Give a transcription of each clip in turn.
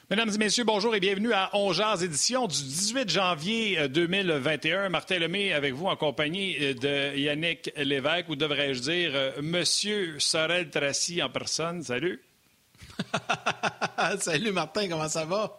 Mesdames et messieurs, bonjour et bienvenue à On Jase, édition du 18 janvier 2021. Martin Lemay avec vous en compagnie de Yannick Lévesque, ou devrais-je dire Monsieur Sorel-Tracy en personne. Salut. Salut Martin, comment ça va?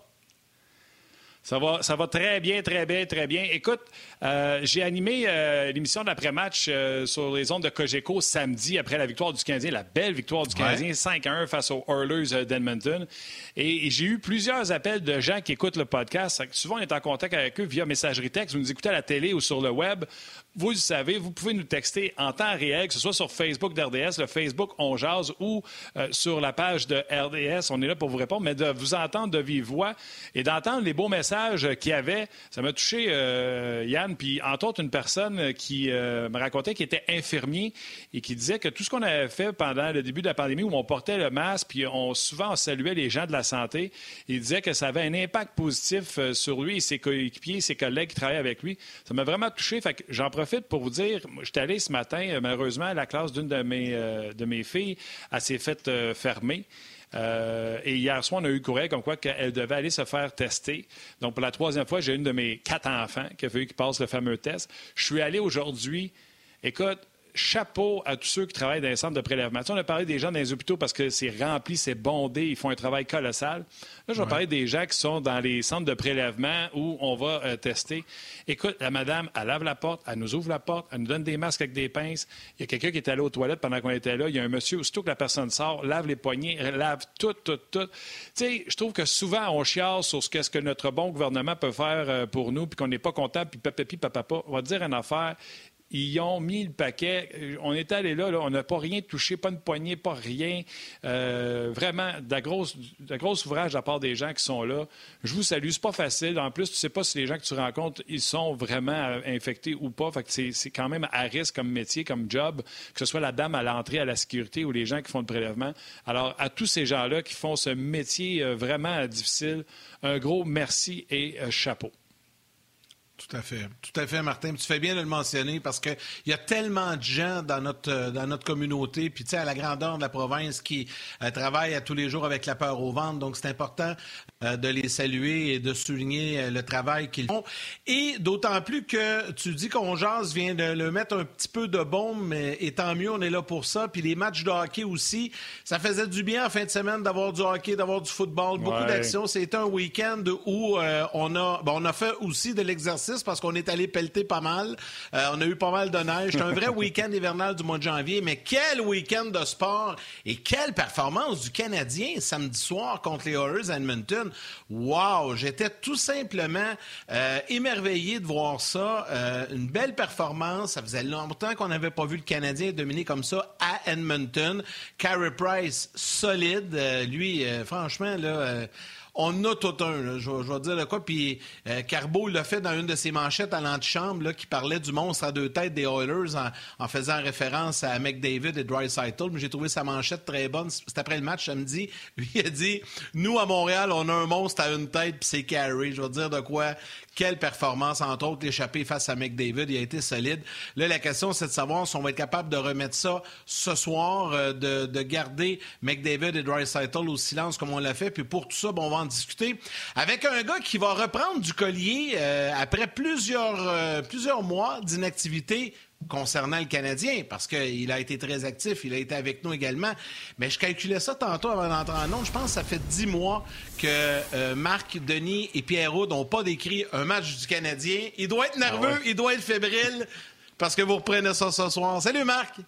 Ça va très bien, très bien, très bien. Écoute, j'ai animé l'émission d'après-match sur les ondes de Cogeco samedi après la victoire du Canadien, la belle victoire du Canadien, 5-1 face aux Oilers d'Edmonton. Et j'ai eu plusieurs appels de gens qui écoutent le podcast. Souvent, on est en contact avec eux via messagerie texte. Vous nous écoutez à la télé ou sur le web. Vous le savez, vous pouvez nous texter en temps réel, que ce soit sur Facebook d'RDS, le Facebook On Jase ou sur la page de RDS. On est là pour vous répondre, mais de vous entendre de vive voix et d'entendre les beaux messages qu'il y avait, ça m'a touché, Yann. Puis, entre autres, une personne qui me racontait qu'il était infirmier et qui disait que tout ce qu'on avait fait pendant le début de la pandémie, où on portait le masque, puis souvent on saluait les gens de la santé, il disait que ça avait un impact positif sur lui et ses coéquipiers, ses collègues qui travaillaient avec lui. Ça m'a vraiment touché. Fait que j'en profite pour vous dire, je suis allé ce matin, malheureusement, la classe d'une de mes filles, elle s'est faite fermer. Et hier soir, on a eu le courriel comme quoi qu'elle devait aller se faire tester. Donc, pour la troisième fois, j'ai une de mes 4 enfants qui a fallu qu'ils passent le fameux test. Je suis allé aujourd'hui. Écoute, chapeau à tous ceux qui travaillent dans les centres de prélèvement. Tu sais, on a parlé des gens dans les hôpitaux parce que c'est rempli, c'est bondé, ils font un travail colossal. Là, je vais parler des gens qui sont dans les centres de prélèvement où on va tester. Écoute, la madame, elle lave la porte, elle nous ouvre la porte, elle nous donne des masques avec des pinces. Il y a quelqu'un qui est allé aux toilettes pendant qu'on était là. Il y a un monsieur, aussitôt que la personne sort, lave les poignets, lave tout. Tu sais, je trouve que souvent, on chiale sur ce que notre bon gouvernement peut faire pour nous, puis qu'on n'est pas content, puis papa. On va te dire une affaire. Ils ont mis le paquet. On est allé là, on n'a pas rien touché, pas une poignée, pas rien. Vraiment, de gros ouvrage à part des gens qui sont là. Je vous salue, c'est pas facile. En plus, tu ne sais pas si les gens que tu rencontres, ils sont vraiment infectés ou pas. Fait que c'est quand même à risque comme métier, comme job, que ce soit la dame à l'entrée, à la sécurité ou les gens qui font le prélèvement. Alors, à tous ces gens-là qui font ce métier vraiment difficile, un gros merci et chapeau. Tout à fait, Martin. Tu fais bien de le mentionner parce qu'il y a tellement de gens dans notre communauté, puis tu sais, à la grandeur de la province qui travaillent à tous les jours avec la peur au ventre. Donc, c'est important de les saluer et de souligner le travail qu'ils font. Et d'autant plus que tu dis qu'on jase vient de le mettre un petit peu de baume, et tant mieux, on est là pour ça. Puis les matchs de hockey aussi, ça faisait du bien en fin de semaine d'avoir du hockey, d'avoir du football, beaucoup d'actions. C'était un week-end où on a fait aussi de l'exercice parce qu'on est allé pelleter pas mal. On a eu pas mal de neige. C'était un vrai week-end hivernal du mois de janvier, mais quel week-end de sport et quelle performance du Canadien samedi soir contre les Oilers à Edmonton. Wow! J'étais tout simplement émerveillé de voir ça. Une belle performance. Ça faisait longtemps qu'on n'avait pas vu le Canadien dominer comme ça à Edmonton. Carey Price, solide. Lui, franchement, là... on a tout un, là, je vais dire de quoi. Puis Carbeau l'a fait dans une de ses manchettes à l'antichambre là, qui parlait du monstre à deux têtes des Oilers en faisant référence à McDavid et Draisaitl. Mais j'ai trouvé sa manchette très bonne. C'était après le match samedi. Lui il a dit « Nous, à Montréal, on a un monstre à une tête, puis c'est Carey. » Je vais dire de quoi. Quelle performance, entre autres, l'échappée face à McDavid. Il a été solide. Là, la question, c'est de savoir si on va être capable de remettre ça ce soir, de garder McDavid et Draisaitl au silence comme on l'a fait. Puis pour tout ça, on va en discuter avec un gars qui va reprendre du collier après plusieurs mois d'inactivité concernant le Canadien, parce qu'il a été très actif, il a été avec nous également. Mais je calculais ça tantôt avant d'entrer en ondes. Je pense que ça fait 10 mois que Marc, Denis et Pierre-Aude n'ont pas décrit un match du Canadien. Il doit être nerveux, il doit être fébrile, parce que vous reprenez ça ce soir. Salut Marc!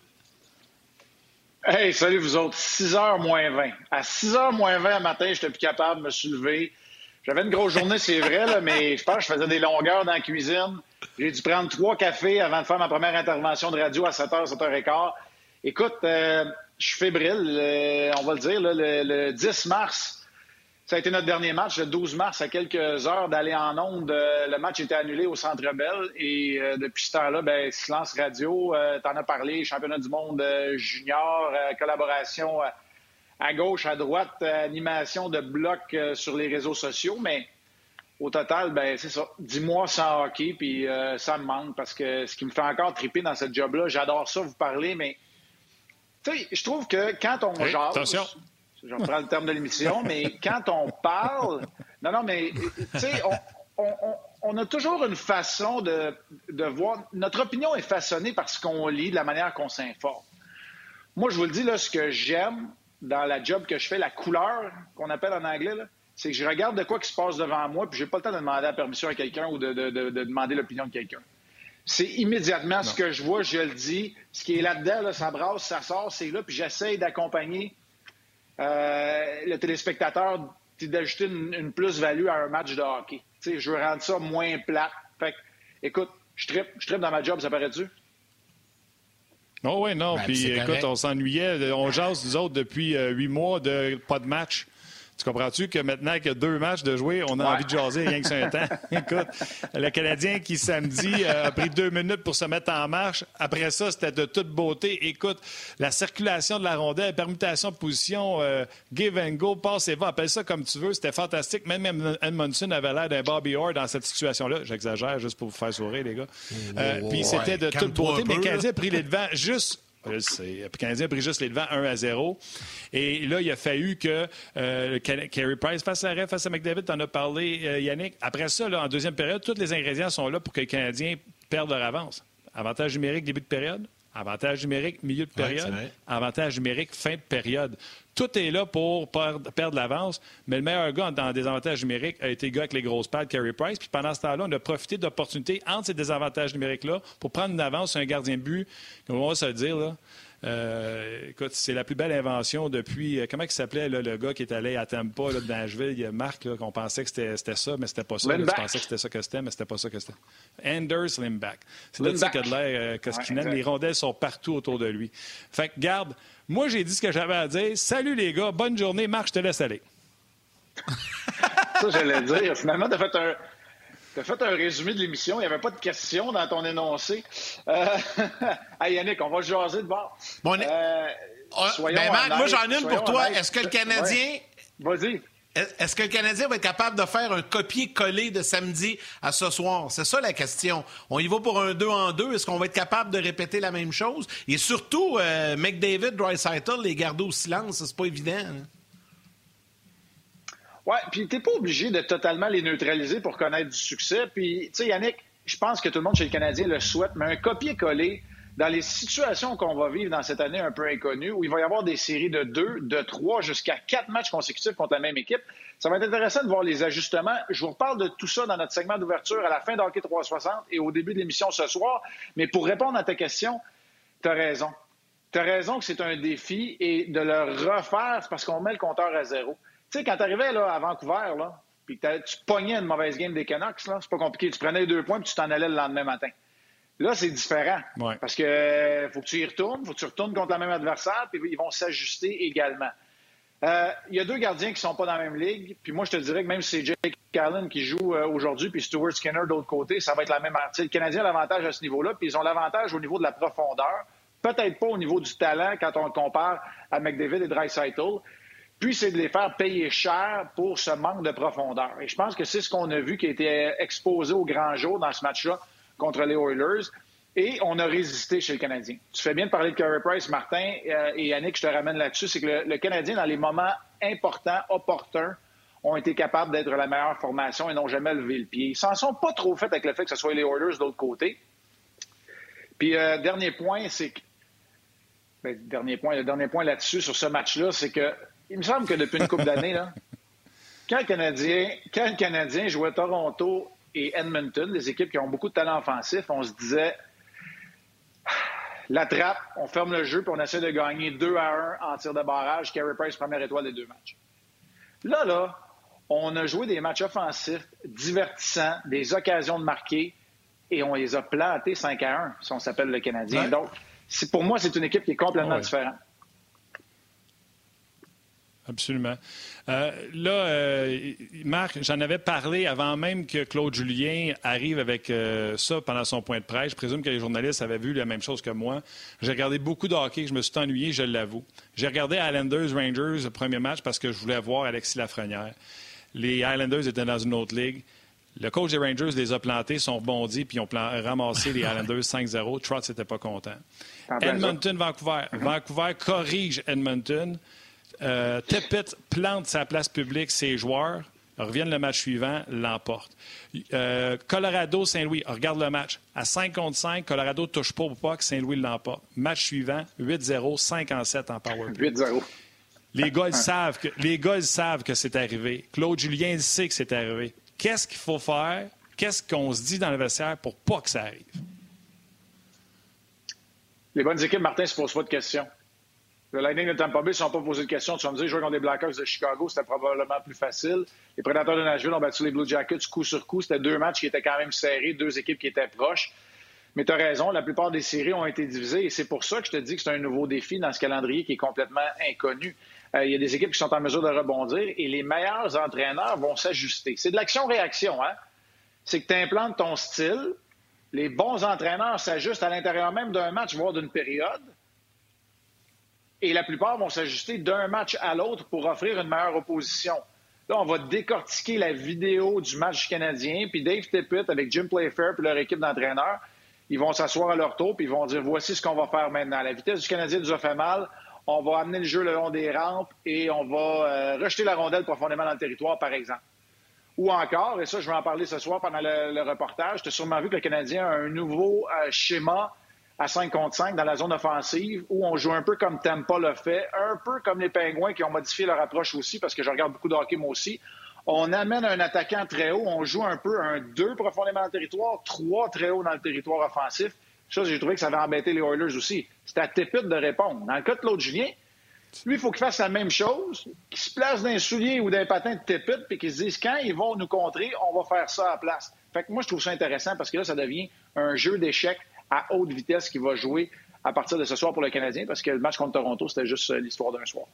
Hey, salut vous autres. 6h moins 20. À 6h moins 20 le matin, je n'étais plus capable de me soulever. J'avais une grosse journée, c'est vrai, là, mais je pense que je faisais des longueurs dans la cuisine. J'ai dû prendre 3 cafés avant de faire ma première intervention de radio à 7h, 7h15. Écoute, je suis fébrile, on va le dire. Là, le 10 mars, ça a été notre dernier match. Le 12 mars, à quelques heures d'aller en onde, le match était annulé au Centre Bell. Et depuis ce temps-là, silence radio, t'en as parlé, championnat du monde junior, collaboration à gauche, à droite, animation de bloc sur les réseaux sociaux. Mais au total, c'est ça. 10 mois sans hockey, puis ça me manque parce que ce qui me fait encore triper dans ce job-là, j'adore ça, vous parler, mais tu sais, je trouve que quand on jase Je reprends le terme de l'émission, mais quand on parle... Non, mais, tu sais, on a toujours une façon de voir... Notre opinion est façonnée par ce qu'on lit, de la manière qu'on s'informe. Moi, je vous le dis, là, ce que j'aime dans la job que je fais, la couleur qu'on appelle en anglais, là, c'est que je regarde de quoi qui se passe devant moi, puis j'ai pas le temps de demander la permission à quelqu'un ou de demander l'opinion de quelqu'un. C'est immédiatement ce que je vois, je le dis. Ce qui est là-dedans, là, ça brasse, ça sort, c'est là, puis j'essaye d'accompagner le téléspectateur, d'ajouter une plus-value à un match de hockey. T'sais, je veux rendre ça moins plate. Fait que, écoute, je trippe dans ma job, ça paraît-tu? Oh oui, non. Puis écoute, on s'ennuyait. On jase, nous autres, depuis 8 mois de pas de match. Tu comprends-tu que maintenant qu'il y a 2 matchs de jouer, on a envie de jaser rien que sur un temps? Écoute, le Canadien qui, samedi, a pris 2 minutes pour se mettre en marche. Après ça, c'était de toute beauté. Écoute, la circulation de la rondelle, permutation de position, give and go, passe et va, appelle ça comme tu veux. C'était fantastique. Même Edmondson avait l'air d'un Bobby Orr dans cette situation-là. J'exagère juste pour vous faire sourire, les gars. Puis c'était de toute beauté. Mais le Canadien a pris les devants juste... Le Canadien a pris juste les devants 1-0. Et là, il a fallu que Carey Price fasse l'arrêt face à McDavid. Tu en as parlé, Yannick. Après ça, là, en deuxième période, tous les ingrédients sont là pour que les Canadiens perdent leur avance. Avantage numérique début de période, avantage numérique milieu de période, avantage numérique fin de période. Tout est là pour perdre l'avance, mais le meilleur gars dans des avantages numériques a été le gars avec les grosses pads, Carey Price. Puis pendant ce temps-là, on a profité d'opportunités entre ces désavantages numériques-là pour prendre une avance sur un gardien de but. Comme on va se le dire, là. Écoute, c'est la plus belle invention depuis... comment il s'appelait, là, le gars qui est allé à Tampa, là, de Nashville? Il y a Marc, là, qu'on pensait que c'était ça, mais c'était pas ça. Tu pensais que c'était ça que c'était, mais c'était pas ça que c'était. Anders Lindback. C'est de ça qu'il a de l'air Koskinen. Les rondelles sont partout autour de lui. Fait que, garde, moi, j'ai dit ce que j'avais à dire. Salut, les gars. Bonne journée. Marc, je te laisse aller. Ça, j'allais dire. Finalement, t'as fait un résumé de l'émission. Il n'y avait pas de questions dans ton énoncé. Hey, Yannick, on va jaser de bord. Bon, Marc, moi, j'en ai une pour toi. Est-ce que le Canadien... Ouais. Vas-y. Est-ce que le Canadien va être capable de faire un copier-coller de samedi à ce soir? C'est ça la question. On y va pour un 2-en-2. Est-ce qu'on va être capable de répéter la même chose? Et surtout, McDavid, Draisaitl, les garder au silence, c'est pas évident. Hein? Oui, puis t'es pas obligé de totalement les neutraliser pour connaître du succès. Puis, tu sais, Yannick, je pense que tout le monde chez le Canadien le souhaite, mais un copier-coller dans les situations qu'on va vivre dans cette année un peu inconnue, où il va y avoir des séries de 2, de 3, jusqu'à 4 matchs consécutifs contre la même équipe, ça va être intéressant de voir les ajustements. Je vous reparle de tout ça dans notre segment d'ouverture à la fin d'Hockey 360 et au début de l'émission ce soir. Mais pour répondre à ta question, t'as raison. T'as raison que c'est un défi et de le refaire, c'est parce qu'on met le compteur à 0. Tu sais, quand t'arrivais là, à Vancouver, là, puis tu pognais une mauvaise game des Canucks, là, c'est pas compliqué. Tu prenais les 2 points puis tu t'en allais le lendemain matin. Là, c'est différent. Ouais. Parce que faut que tu y retournes, faut que tu retournes contre le même adversaire, puis ils vont s'ajuster également. Il y a 2 gardiens qui sont pas dans la même ligue, puis moi, je te dirais que même si c'est Jake Allen qui joue aujourd'hui, puis Stuart Skinner de l'autre côté, ça va être la même. Le Canadien a l'avantage à ce niveau-là, puis ils ont l'avantage au niveau de la profondeur. Peut-être pas au niveau du talent quand on le compare à McDavid et Draisaitl. Puis, c'est de les faire payer cher pour ce manque de profondeur. Et je pense que c'est ce qu'on a vu qui a été exposé au grand jour dans ce match-là contre les Oilers. Et on a résisté chez le Canadien. Tu fais bien de parler de Carey Price, Martin, et Yannick, je te ramène là-dessus. C'est que le Canadien, dans les moments importants, opportuns, ont été capables d'être la meilleure formation et n'ont jamais levé le pied. Ils s'en sont pas trop fait avec le fait que ce soit les Oilers de l'autre côté. Puis, dernier point, c'est que... le dernier point là-dessus, sur ce match-là, c'est que il me semble que depuis une couple d'années, là, quand le Canadien jouait Toronto et Edmonton, les équipes qui ont beaucoup de talent offensif, on se disait la trappe, on ferme le jeu puis on essaie de gagner 2-1 en tir de barrage. Carey Price, première étoile des 2 matchs. Là, on a joué des matchs offensifs, divertissants, des occasions de marquer et on les a plantés 5-1, si on s'appelle le Canadien. Ouais. Donc, pour moi, c'est une équipe qui est complètement différente. Absolument. Marc, j'en avais parlé avant même que Claude Julien arrive avec ça pendant son point de presse. Je présume que les journalistes avaient vu la même chose que moi. J'ai regardé beaucoup de hockey, je me suis ennuyé, je l'avoue. J'ai regardé Islanders-Rangers le premier match parce que je voulais voir Alexis Lafrenière. Les Islanders étaient dans une autre ligue. Le coach des Rangers les a plantés, sont bondis, puis ils ont ramassé les Islanders 5-0. Trotz n'était pas content. Edmonton-Vancouver. Vancouver corrige Edmonton. Tippett plante sa place publique, ses joueurs, reviennent le match suivant, l'emportent. Colorado-Saint-Louis, regarde le match. À 5-5, Colorado ne touche pas au puck, Saint-Louis l'emporte. Match suivant, 8-0, 5-7 en power play. 8-0. Les gars, ils savent que c'est arrivé. Claude Julien, il sait que c'est arrivé. Qu'est-ce qu'il faut faire? Qu'est-ce qu'on se dit dans le vestiaire pour pas que ça arrive? Les bonnes équipes, Martin, ne se posent pas de questions. Le Lightning de Tampa Bay ne se sont pas posé de questions. Tu vas me dire, jouer contre les Blackhawks de Chicago, c'était probablement plus facile. Les Prédateurs de Nashville ont battu les Blue Jackets coup sur coup. C'était 2 matchs qui étaient quand même serrés, 2 équipes qui étaient proches. Mais tu as raison, la plupart des séries ont été divisées et c'est pour ça que je te dis que c'est un nouveau défi dans ce calendrier qui est complètement inconnu. Il y a des équipes qui sont en mesure de rebondir et les meilleurs entraîneurs vont s'ajuster. C'est de l'action-réaction, hein? C'est que tu implantes ton style, les bons entraîneurs s'ajustent à l'intérieur même d'un match, voire d'une période. Et la plupart vont s'ajuster d'un match à l'autre pour offrir une meilleure opposition. Là, on va décortiquer la vidéo du match canadien, puis Dave Tippett avec Jim Playfair puis leur équipe d'entraîneurs, ils vont s'asseoir à leur tour puis ils vont dire, voici ce qu'on va faire maintenant. La vitesse du Canadien nous a fait mal, on va amener le jeu le long des rampes et on va rejeter la rondelle profondément dans le territoire, par exemple. Ou encore, et ça, je vais en parler ce soir pendant le reportage, tu as sûrement vu que le Canadien a un nouveau schéma à 5 contre 5 dans la zone offensive où on joue un peu comme Tampa l'a fait, un peu comme les Pingouins qui ont modifié leur approche aussi, parce que je regarde beaucoup de hockey moi aussi. On amène un attaquant très haut, on joue un peu un 2 profondément dans le territoire, 3 très haut dans le territoire offensif. Ça, j'ai trouvé que ça avait embêté les Oilers aussi. C'était à Tippett de répondre. Dans le cas de Claude Julien, lui, il faut qu'il fasse la même chose, qu'il se place dans un soulier ou dans un patin de Tippett, puis qu'il se dise, quand ils vont nous contrer, on va faire ça à la place. Fait que moi, je trouve ça intéressant parce que là, ça devient un jeu d'échecs à haute vitesse qui va jouer à partir de ce soir pour le Canadien, parce que le match contre Toronto, c'était juste l'histoire d'un soir.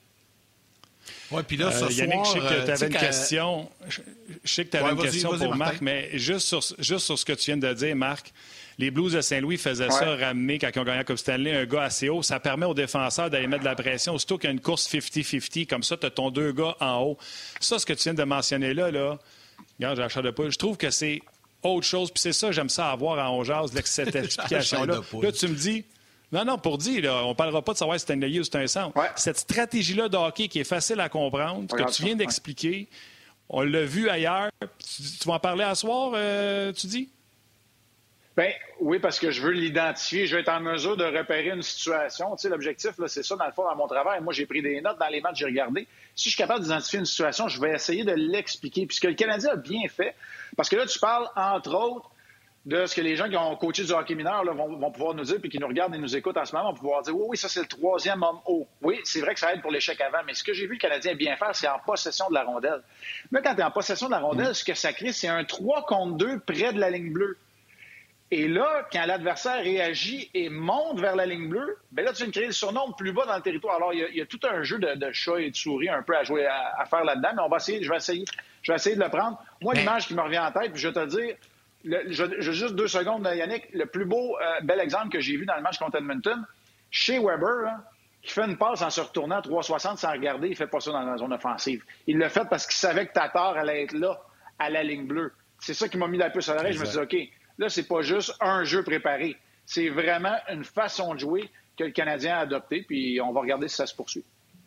Oui, puis là, ce Yannick, soir... je sais que tu avais une question. Je sais que tu avais une question pour Marc, mais juste sur ce que tu viens de dire, Marc, les Blues de Saint-Louis faisaient ça, ramener, quand ils ont gagné la Coupe Stanley, un gars assez haut. Ça permet aux défenseurs d'aller mettre de la pression. Aussitôt qu'il y a une course 50-50, comme ça, tu as ton 2 gars en haut. Ça, ce que tu viens de mentionner là, regarde, j'achète pas. Je trouve que c'est autre chose. Puis c'est ça, j'aime ça avoir en jase, cette explication-là. Là, tu me dis... Non, pour dire, là, on ne parlera pas de savoir si c'est un ailier ou si c'est un centre. Ouais. Cette stratégie-là de hockey qui est facile à comprendre, que tu viens d'expliquer, on l'a vu ailleurs. Tu vas en parler à soir, tu dis? Bien, oui, parce que je veux l'identifier. Je vais être en mesure de repérer une situation. Tu sais, l'objectif, là, c'est ça, dans le fond, dans mon travail. Moi, j'ai pris des notes dans les matchs que j'ai regardés. Si je suis capable d'identifier une situation, je vais essayer de l'expliquer. Puis ce que le Canadien a bien fait, parce que là, tu parles, entre autres, de ce que les gens qui ont coaché du hockey mineur là, vont pouvoir nous dire, puis qui nous regardent et nous écoutent en ce moment, vont pouvoir dire, oui, ça, c'est le 3e homme haut. Oui, c'est vrai que ça aide pour l'échec avant, mais ce que j'ai vu le Canadien bien faire, c'est en possession de la rondelle. Mais quand tu es en possession de la rondelle, ce que ça crée, c'est un 3 contre 2 près de la ligne bleue. Et là, quand l'adversaire réagit et monte vers la ligne bleue, bien là, tu viens de créer le surnombre plus bas dans le territoire. Alors, il y a tout un jeu de chat et de souris un peu à jouer, à faire là-dedans, mais je vais essayer de le prendre. Moi, l'image qui me revient en tête, puis je vais te le dire, juste 2 secondes, Yannick, le plus beau, bel exemple que j'ai vu dans le match contre Edmonton, chez Weber, hein, qui fait une passe en se retournant à 360 sans regarder, il ne fait pas ça dans la zone offensive. Il l'a fait parce qu'il savait que Tatar allait être là, à la ligne bleue. C'est ça qui m'a mis la puce à l'oreille. Je me suis dit, OK, là, c'est pas juste un jeu préparé. C'est vraiment une façon de jouer que le Canadien a adoptée, puis on va regarder si ça se poursuit.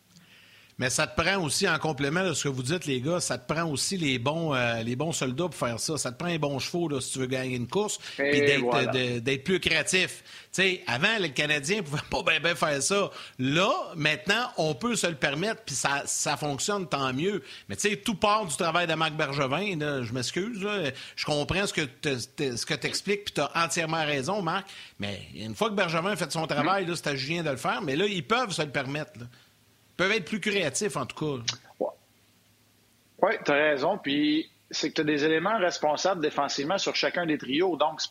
Mais ça te prend aussi, en complément de ce que vous dites, les gars, ça te prend aussi les bons soldats pour faire ça. Ça te prend les bons chevaux là, si tu veux gagner une course, puis d'être plus créatif. Tu sais, avant, le Canadien ne pouvait pas bien faire ça. Là, maintenant, on peut se le permettre, puis ça fonctionne, tant mieux. Mais tu sais, tout part du travail de Marc Bergevin. Là, je m'excuse, là, je comprends ce que tu expliques, puis tu as entièrement raison, Marc. Mais une fois que Bergevin a fait son travail, là, c'est à Julien de le faire. Mais là, ils peuvent se le permettre, là. Peuvent être plus créatifs, en tout cas. Oui, tu as raison. Puis, c'est que tu as des éléments responsables défensivement sur chacun des trios. Donc,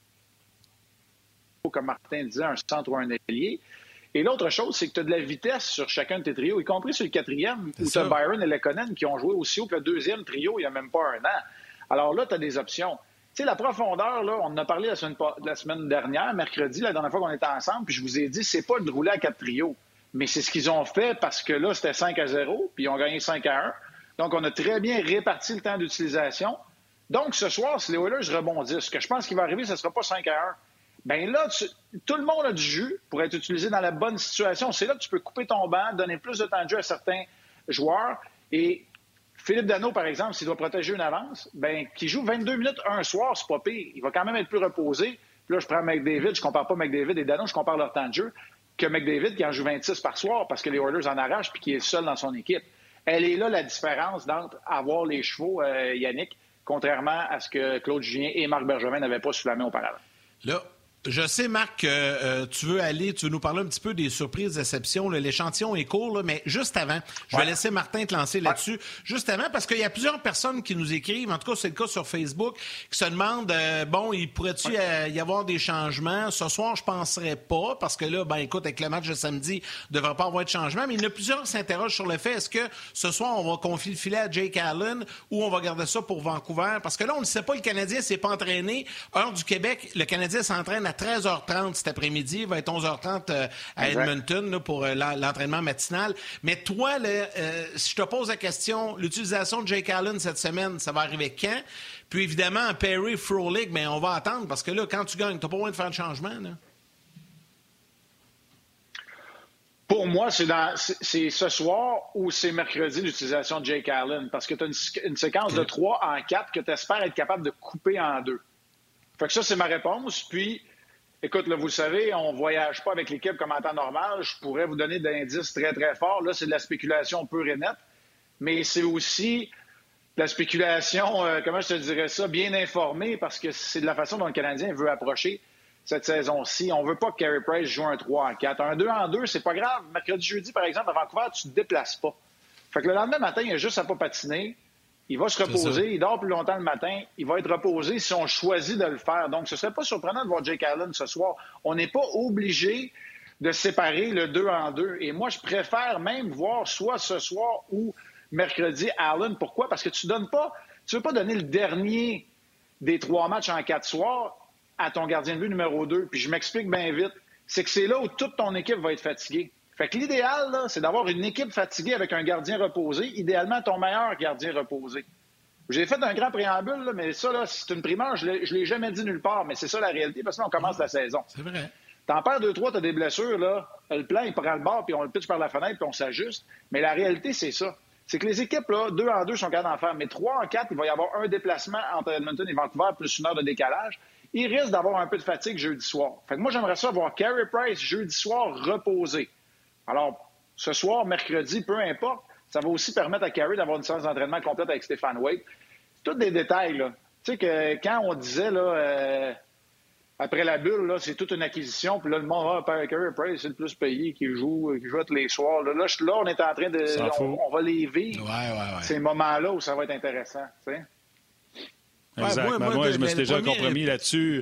comme Martin disait, un centre ou un ailier. Et l'autre chose, c'est que tu as de la vitesse sur chacun de tes trios, y compris sur le 4e, où tu as Byron et Lekonen qui ont joué aussi haut que le 2e trio il n'y a même pas un an. Alors là, tu as des options. Tu sais, la profondeur, là, on en a parlé la semaine dernière, mercredi, la dernière fois qu'on était ensemble, puis je vous ai dit, c'est pas de rouler à 4 trios. Mais c'est ce qu'ils ont fait parce que là, c'était 5-0, puis ils ont gagné 5-1. Donc, on a très bien réparti le temps d'utilisation. Donc, ce soir, si les Oilers rebondissent, ce que je pense qu'il va arriver, ce ne sera pas 5-1. Bien là, tout le monde a du jus pour être utilisé dans la bonne situation. C'est là que tu peux couper ton banc, donner plus de temps de jeu à certains joueurs. Et Philippe Danault, par exemple, s'il doit protéger une avance, qu'il joue 22 minutes un soir, c'est pas pire. Il va quand même être plus reposé. Puis là, je prends McDavid, je compare pas McDavid et Danault, je compare leur temps de jeu, que McDavid qui en joue 26 par soir parce que les Oilers en arrachent puis qui est seul dans son équipe. Elle est là la différence d'entre avoir les chevaux, Yannick, contrairement à ce que Claude Julien et Marc Bergevin n'avaient pas sous la main auparavant. Là, je sais, Marc, que tu veux nous parler un petit peu des surprises, déceptions. L'échantillon est court, là, mais juste avant, je vais laisser Martin te lancer là-dessus. Juste avant, parce qu'il y a plusieurs personnes qui nous écrivent, en tout cas, c'est le cas sur Facebook, qui se demandent, il pourrait-tu y avoir des changements? Ce soir, je ne penserais pas, parce que là, écoute, avec le match de samedi, il ne devrait pas avoir de changement, mais il y en a plusieurs qui s'interrogent sur le fait, est-ce que ce soir, on va confier le filet à Jake Allen ou on va garder ça pour Vancouver? Parce que là, on ne sait pas, le Canadien ne s'est pas entraîné. Heure du Québec, le Canadien s'entraîne à 13h30 cet après-midi. Il va être 11h30 à Edmonton là, pour l'entraînement matinal. Mais toi, si je te pose la question, l'utilisation de Jake Allen cette semaine, ça va arriver quand? Puis évidemment, Perry, Frolik, on va attendre parce que là, quand tu gagnes, tu n'as pas besoin de faire de changement. Là. Pour moi, c'est ce soir ou c'est mercredi l'utilisation de Jake Allen parce que tu as une séquence de 3 en 4 que tu espères être capable de couper en 2. Fait que ça, c'est ma réponse. Puis, écoute, là, vous le savez, on ne voyage pas avec l'équipe comme en temps normal. Je pourrais vous donner des indices très, très forts. Là, c'est de la spéculation pure et nette. Mais c'est aussi de la spéculation, comment je te dirais ça, bien informée parce que c'est de la façon dont le Canadien veut approcher cette saison-ci. On ne veut pas que Carey Price joue un 3 en 4. Un 2 en 2, c'est pas grave. Mercredi, jeudi, par exemple, à Vancouver, tu ne te déplaces pas. Fait que le lendemain matin, il a juste à pas patiner. Il va se reposer, il dort plus longtemps le matin, il va être reposé si on choisit de le faire. Donc, ce ne serait pas surprenant de voir Jake Allen ce soir. On n'est pas obligé de séparer le 2 en 2. Et moi, je préfère même voir soit ce soir ou mercredi Allen. Pourquoi? Parce que tu ne veux pas donner le dernier des 3 matchs en 4 soirs à ton gardien de but numéro 2. Puis je m'explique bien vite. C'est que c'est là où toute ton équipe va être fatiguée. Fait que l'idéal, là, c'est d'avoir une équipe fatiguée avec un gardien reposé, idéalement ton meilleur gardien reposé. J'ai fait un grand préambule, là, mais ça, là, c'est une primeur, je ne l'ai jamais dit nulle part, mais c'est ça la réalité, parce que là, on commence la saison. C'est vrai. T'en perds 2-3, t'as des blessures, là, le plan, il prend le bord, puis on le pitch par la fenêtre, puis on s'ajuste. Mais la réalité, c'est ça. C'est que les équipes, là, 2 en 2 sont capables d'en faire, mais 3 en 4, il va y avoir un déplacement entre Edmonton et Vancouver, plus une heure de décalage. Il risque d'avoir un peu de fatigue jeudi soir. Fait que moi, j'aimerais ça voir Carey Price jeudi soir reposé. Alors, ce soir, mercredi, peu importe, ça va aussi permettre à Carey d'avoir une séance d'entraînement complète avec Stéphane Waite. Tous des détails, là. Tu sais que quand on disait, là, après la bulle, là, c'est toute une acquisition, puis là, le monde, Carey Price, c'est le plus payé qui joue tous les soirs. Là, on est en train de... On va les vivre, ces moments-là où ça va être intéressant, tu sais. Exact. Moi, je me suis déjà compromis là-dessus.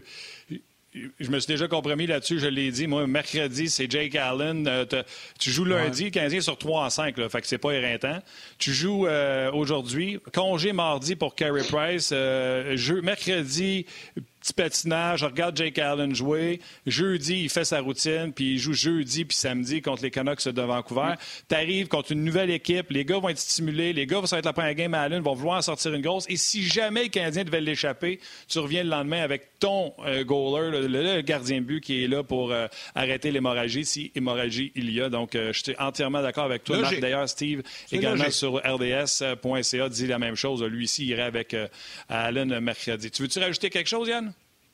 Je me suis déjà compromis là-dessus, je l'ai dit. Moi, mercredi, c'est Jake Allen. Tu joues lundi, le Canadien sur 3 en 5, là, fait que c'est pas éreintant. Tu joues aujourd'hui, congé mardi pour Carey Price. Mercredi, petit patinage, je regarde Jake Allen jouer. Jeudi, il fait sa routine, puis il joue jeudi puis samedi contre les Canucks de Vancouver. Tu arrives contre une nouvelle équipe, les gars vont être stimulés, les gars, ça va être la première game à Allen, vont vouloir en sortir une grosse. Et si jamais le Canadien devait l'échapper, tu reviens le lendemain avec ton goaler, le gardien de but qui est là pour arrêter l'hémorragie, si hémorragie il y a. Donc, je suis entièrement d'accord avec toi, Marc. D'ailleurs, Steve, également sur rds.ca, dit la même chose. Lui ici, il irait avec Allen mercredi. Tu veux-tu rajouter quelque chose, Yann?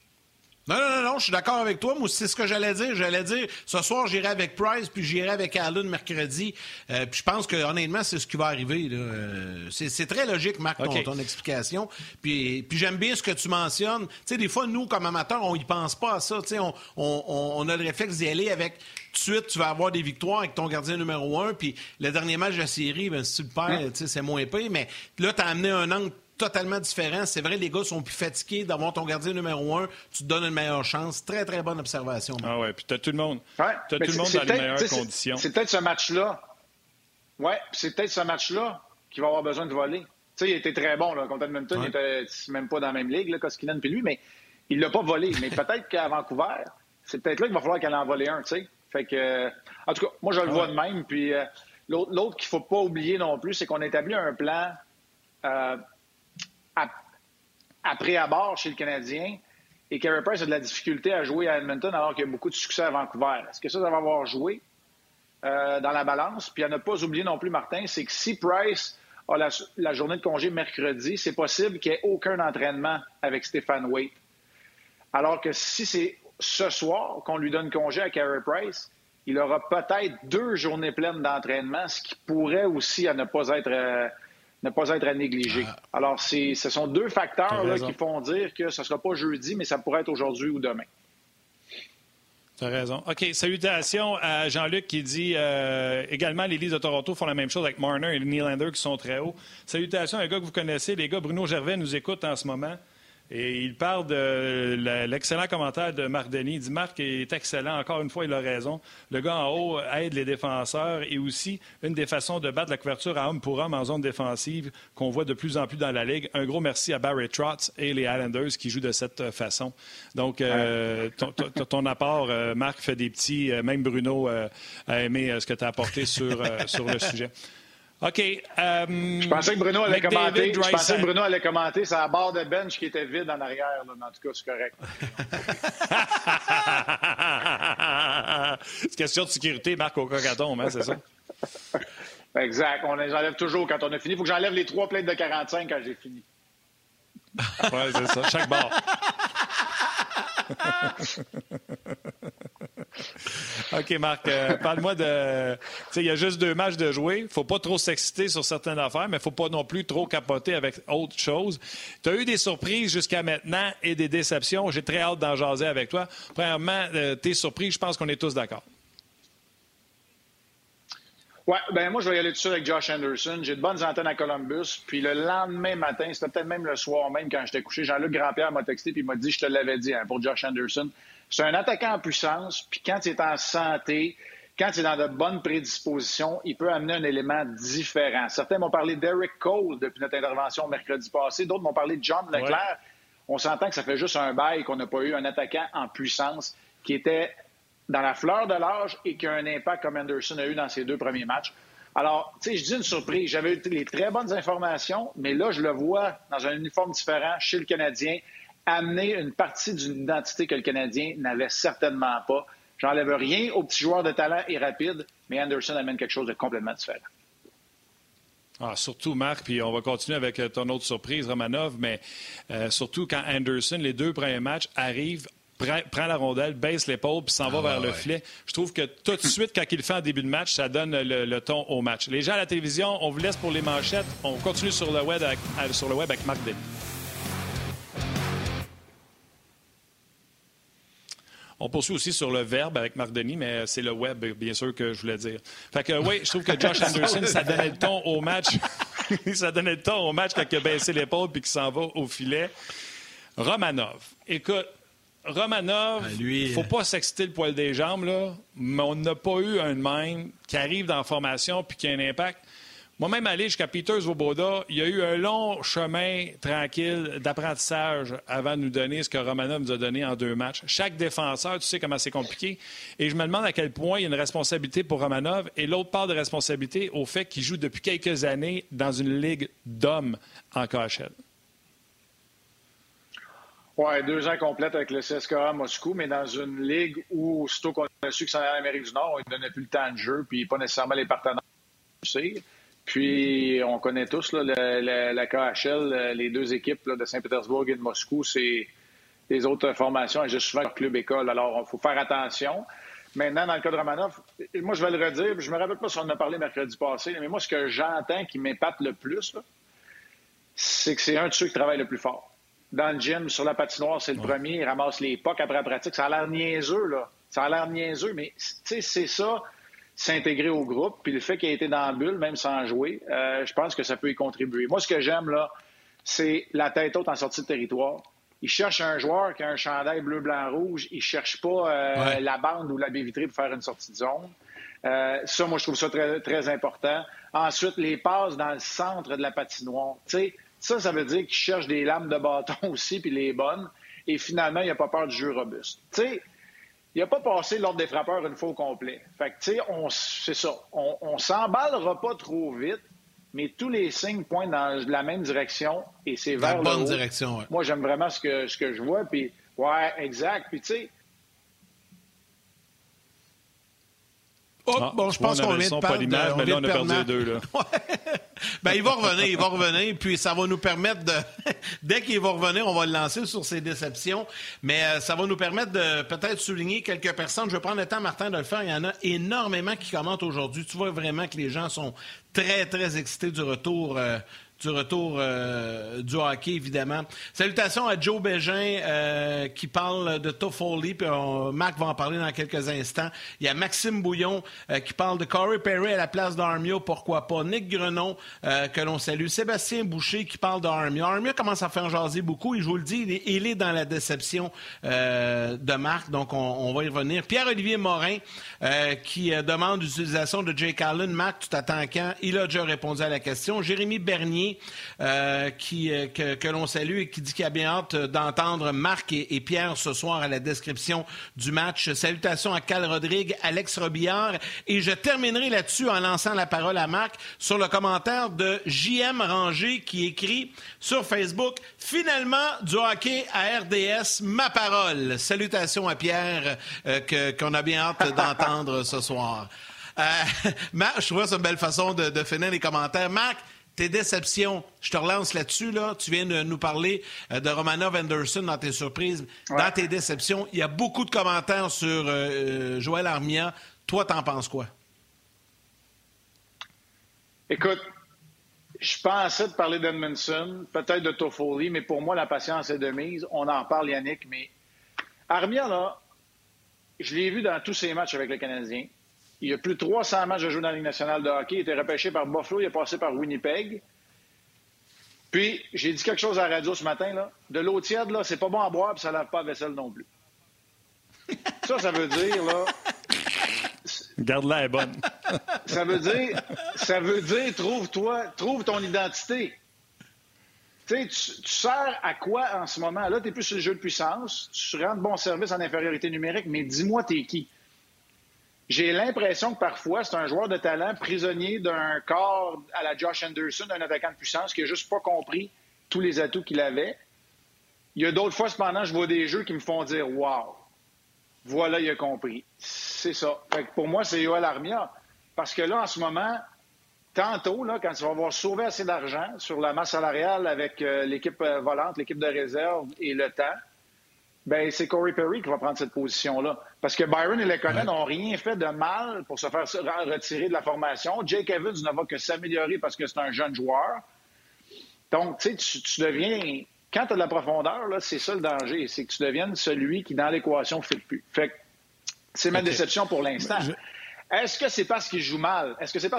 Non, je suis d'accord avec toi. Moi, c'est ce que j'allais dire. J'allais dire, ce soir, j'irai avec Price, puis j'irai avec Allen mercredi. Puis je pense que, honnêtement, c'est ce qui va arriver. Là. C'est très logique, Marc, ton explication. Puis j'aime bien ce que tu mentionnes. Tu sais, des fois, nous, comme amateurs, on y pense pas à ça. Tu sais, on a le réflexe d'y aller avec... Tout de suite, tu vas avoir des victoires avec ton gardien numéro 1. Puis le dernier match de la série, si tu le perds, c'est moins épais. Mais là, tu as amené un angle totalement différent. C'est vrai, les gars sont plus fatigués d'avoir ton gardien numéro 1. Tu te donnes une meilleure chance. Très, très bonne observation. Ah ouais, puis tu as tout le monde. Tu as tout le monde dans les meilleures conditions. C'est peut-être ce match-là. Oui, c'est peut-être ce match-là qui va avoir besoin de voler. Tu sais, il était très bon là, contre Edmonton. Il était même pas dans la même ligue, là, Koskinen puis lui, mais il l'a pas volé. Mais peut-être qu'à Vancouver, c'est peut-être là qu'il va falloir qu'elle en vole un, tu sais. Fait que, en tout cas, moi, je le vois de même. Puis l'autre qu'il ne faut pas oublier non plus, c'est qu'on a établi un plan après à bord chez le Canadien. Et Carey Price a de la difficulté à jouer à Edmonton alors qu'il y a beaucoup de succès à Vancouver. Est-ce que ça va avoir joué? dans la balance. Puis à ne pas oublier non plus, Martin, c'est que si Price a la journée de congé mercredi, c'est possible qu'il n'y ait aucun entraînement avec Stéphane Waite. Alors que si c'est ce soir qu'on lui donne congé à Carey Price, il aura peut-être 2 journées pleines d'entraînement, ce qui pourrait aussi ne pas être à négliger. Alors, ce sont 2 facteurs là, qui font dire que ce ne sera pas jeudi, mais ça pourrait être aujourd'hui ou demain. Tu as raison. OK, salutations à Jean-Luc qui dit également les Leafs de Toronto font la même chose avec Marner et Nylander qui sont très hauts. Salutations à un gars que vous connaissez, les gars. Bruno Gervais nous écoute en ce moment. Et il parle de l'excellent commentaire de Marc Denis. Il dit Marc est excellent. Encore une fois, il a raison. Le gars en haut aide les défenseurs et aussi une des façons de battre la couverture à homme pour homme en zone défensive qu'on voit de plus en plus dans la Ligue. Un gros merci à Barry Trotz et les Islanders qui jouent de cette façon. Donc, ton apport, Marc, fait des petits... même Bruno a aimé ce que tu as apporté sur le sujet. OK. Je pensais que Bruno allait commenter. C'est la barre de bench qui était vide en arrière. Là. Mais en tout cas, c'est correct. C'est question de sécurité, Marc, au cocaton, hein, c'est ça? Exact. On les enlève toujours quand on a fini. Il faut que j'enlève les 3 plates de 45 quand j'ai fini. Oui, c'est ça. Chaque barre. OK, Marc, parle-moi de... Tu sais, il y a juste 2 matchs de jouer. Il ne faut pas trop s'exciter sur certaines affaires, mais il ne faut pas non plus trop capoter avec autre chose. Tu as eu des surprises jusqu'à maintenant et des déceptions. J'ai très hâte d'en jaser avec toi. Premièrement, tes surprises, je pense qu'on est tous d'accord. Oui, bien moi, je vais y aller tout de suite avec Josh Anderson. J'ai de bonnes antennes à Columbus. Puis le lendemain matin, c'était peut-être même le soir même quand j'étais couché, Jean-Luc Grandpierre m'a texté puis il m'a dit, je te l'avais dit pour Josh Anderson. C'est un attaquant en puissance. Puis quand il est en santé, quand il est dans de bonnes prédispositions, il peut amener un élément différent. Certains m'ont parlé d'Eric Cole depuis notre intervention mercredi passé. D'autres m'ont parlé de John Leclerc. Ouais. On s'entend que ça fait juste un bail qu'on n'a pas eu un attaquant en puissance qui était dans la fleur de l'âge et qui a un impact comme Anderson a eu dans ses 2 premiers matchs. Alors, tu sais, je dis une surprise. J'avais eu les très bonnes informations, mais là, je le vois dans un uniforme différent chez le Canadien, amener une partie d'une identité que le Canadien n'avait certainement pas. J'enlève rien au petit joueur de talent et rapide, mais Anderson amène quelque chose de complètement différent. Ah, surtout, Marc, puis on va continuer avec ton autre surprise, Romanov, mais surtout quand Anderson, les 2 premiers matchs, arrivent, prend la rondelle, baisse l'épaule, puis s'en va vers le filet. Je trouve que tout de suite, quand il le fait en début de match, ça donne le ton au match. Les gens à la télévision, on vous laisse pour les manchettes. On continue sur le web avec Marc Denis. On poursuit aussi sur le verbe avec Marc Denis, mais c'est le web, bien sûr, que je voulais dire. Fait que oui, je trouve que Josh Anderson, ça donnait le ton au match. Ça donnait le ton au match quand il a baissé l'épaule puis qu'il s'en va au filet. Romanov. Écoute, Romanov, il ne faut pas s'exciter le poil des jambes, là, mais on n'a pas eu un de même qui arrive dans la formation puis qui a un impact. Moi-même, aller jusqu'à Peters Svoboda, il y a eu un long chemin tranquille d'apprentissage avant de nous donner ce que Romanov nous a donné en 2 matchs. Chaque défenseur, tu sais comment c'est compliqué. Et je me demande à quel point il y a une responsabilité pour Romanov et l'autre part de responsabilité au fait qu'il joue depuis quelques années dans une ligue d'hommes en KHL. Oui, 2 ans complètes avec le CSKA Moscou, mais dans une ligue où, aussitôt qu'on a su que c'est en Amérique du Nord, on ne donnait plus le temps de jeu, puis pas nécessairement les partenaires. Puis, on connaît tous là, la KHL, les 2 équipes là, de Saint-Pétersbourg et de Moscou, c'est les autres formations, juste souvent club-école. Alors, il faut faire attention. Maintenant, dans le cas de Romanov, moi, je vais le redire, je me rappelle pas si on en a parlé mercredi passé, mais moi, ce que j'entends qui m'épate le plus, là, c'est que c'est un de ceux qui travaille le plus fort. Dans le gym, sur la patinoire, c'est le premier, il ramasse les pucks après la pratique. Ça a l'air niaiseux, là. Ça a l'air niaiseux, mais tu sais, c'est ça, s'intégrer au groupe. Puis le fait qu'il ait été dans la bulle, même sans jouer, je pense que ça peut y contribuer. Moi, ce que j'aime, là, c'est la tête haute en sortie de territoire. Il cherche un joueur qui a un chandail bleu, blanc, rouge. Il cherche pas la bande ou la baie vitrée pour faire une sortie de zone. Ça, moi, je trouve ça très, très important. Ensuite, les passes dans le centre de la patinoire. Tu sais, ça veut dire qu'il cherche des lames de bâton aussi, puis les bonnes. Et finalement, il n'a pas peur du jeu robuste. Tu sais, il n'a pas passé l'ordre des frappeurs une fois au complet. Fait que, tu sais, c'est ça. On s'emballera pas trop vite, mais tous les signes pointent dans la même direction et c'est vers le haut. Direction, ouais. Moi, j'aime vraiment ce que je vois. Puis, ouais, exact. Puis, tu sais, Je pense qu'on vient de perdre. Mais là, on a perdu les deux. Là. Ben, il va revenir, puis ça va nous permettre de... Dès qu'il va revenir, on va le lancer sur ses déceptions, mais ça va nous permettre de peut-être souligner quelques personnes. Je vais prendre le temps, Martin, de le faire. Il y en a énormément qui commentent aujourd'hui. Tu vois vraiment que les gens sont très, très excités du retour du hockey, évidemment. Salutations à Joe Bégin qui parle de Toffoli, puis Marc va en parler dans quelques instants. Il y a Maxime Bouillon qui parle de Corey Perry à la place d'Armia, pourquoi pas. Nick Grenon, que l'on salue. Sébastien Boucher qui parle d'Armia. Armia commence à faire jaser beaucoup, et je vous le dis, il est dans la déception de Marc, donc on va y revenir. Pierre-Olivier Morin qui demande l'utilisation de Jake Allen. Marc, tu t'attends quand? Il a déjà répondu à la question. Jérémy Bernier que l'on salue et qui dit qu'il a bien hâte d'entendre Marc et Pierre ce soir à la description du match. Salutations à Cal Rodrigue, Alex Robillard. Et je terminerai là-dessus en lançant la parole à Marc sur le commentaire de JM Ranger qui écrit sur Facebook « Finalement, du hockey à RDS, ma parole ». Salutations à Pierre qu'on a bien hâte d'entendre ce soir. Marc, je trouve que c'est une belle façon de finir les commentaires. Marc, tes déceptions, je te relance là-dessus. Là. Tu viens de nous parler de Romanov Anderson dans tes surprises. Ouais. Dans tes déceptions, il y a beaucoup de commentaires sur Joël Armia. Toi, t'en penses quoi? Écoute, je pensais te parler d'Edmondson, peut-être de Toffoli, mais pour moi, la patience est de mise. On en parle, Yannick, mais Armia, là, je l'ai vu dans tous ses matchs avec le Canadien. Il y a plus de 300 matchs de jouer dans la Ligue nationale de hockey. Il a été repêché par Buffalo, il est passé par Winnipeg. Puis, j'ai dit quelque chose à la radio ce matin, là. De l'eau tiède, là, c'est pas bon à boire, puis ça lave pas la vaisselle non plus. Ça veut dire, là... Garde-la, elle est bonne. Ça veut dire, trouve ton identité. Tu sais, tu sers à quoi en ce moment? Là, t'es plus sur le jeu de puissance, tu rends de bons services en infériorité numérique, mais dis-moi, t'es qui? J'ai l'impression que parfois, c'est un joueur de talent prisonnier d'un corps à la Josh Anderson, d'un attaquant de puissance qui n'a juste pas compris tous les atouts qu'il avait. Il y a d'autres fois, cependant, je vois des jeux qui me font dire « Wow! Voilà, il a compris. » C'est ça. Fait que pour moi, c'est Joël Armia. Parce que là, en ce moment, tantôt, là, quand tu vas avoir sauvé assez d'argent sur la masse salariale avec l'équipe volante, l'équipe de réserve et le temps, ben c'est Corey Perry qui va prendre cette position-là. Parce que Byron et Lekonen n'ont rien fait de mal pour se faire retirer de la formation. Jake Evans ne va que s'améliorer parce que c'est un jeune joueur. Donc, tu sais, tu deviens... Quand tu as de la profondeur, là, c'est ça le danger. C'est que tu deviennes celui qui, dans l'équation, ne fit plus. Fait que c'est ma déception pour l'instant. Est-ce que c'est parce qu'il joue mal?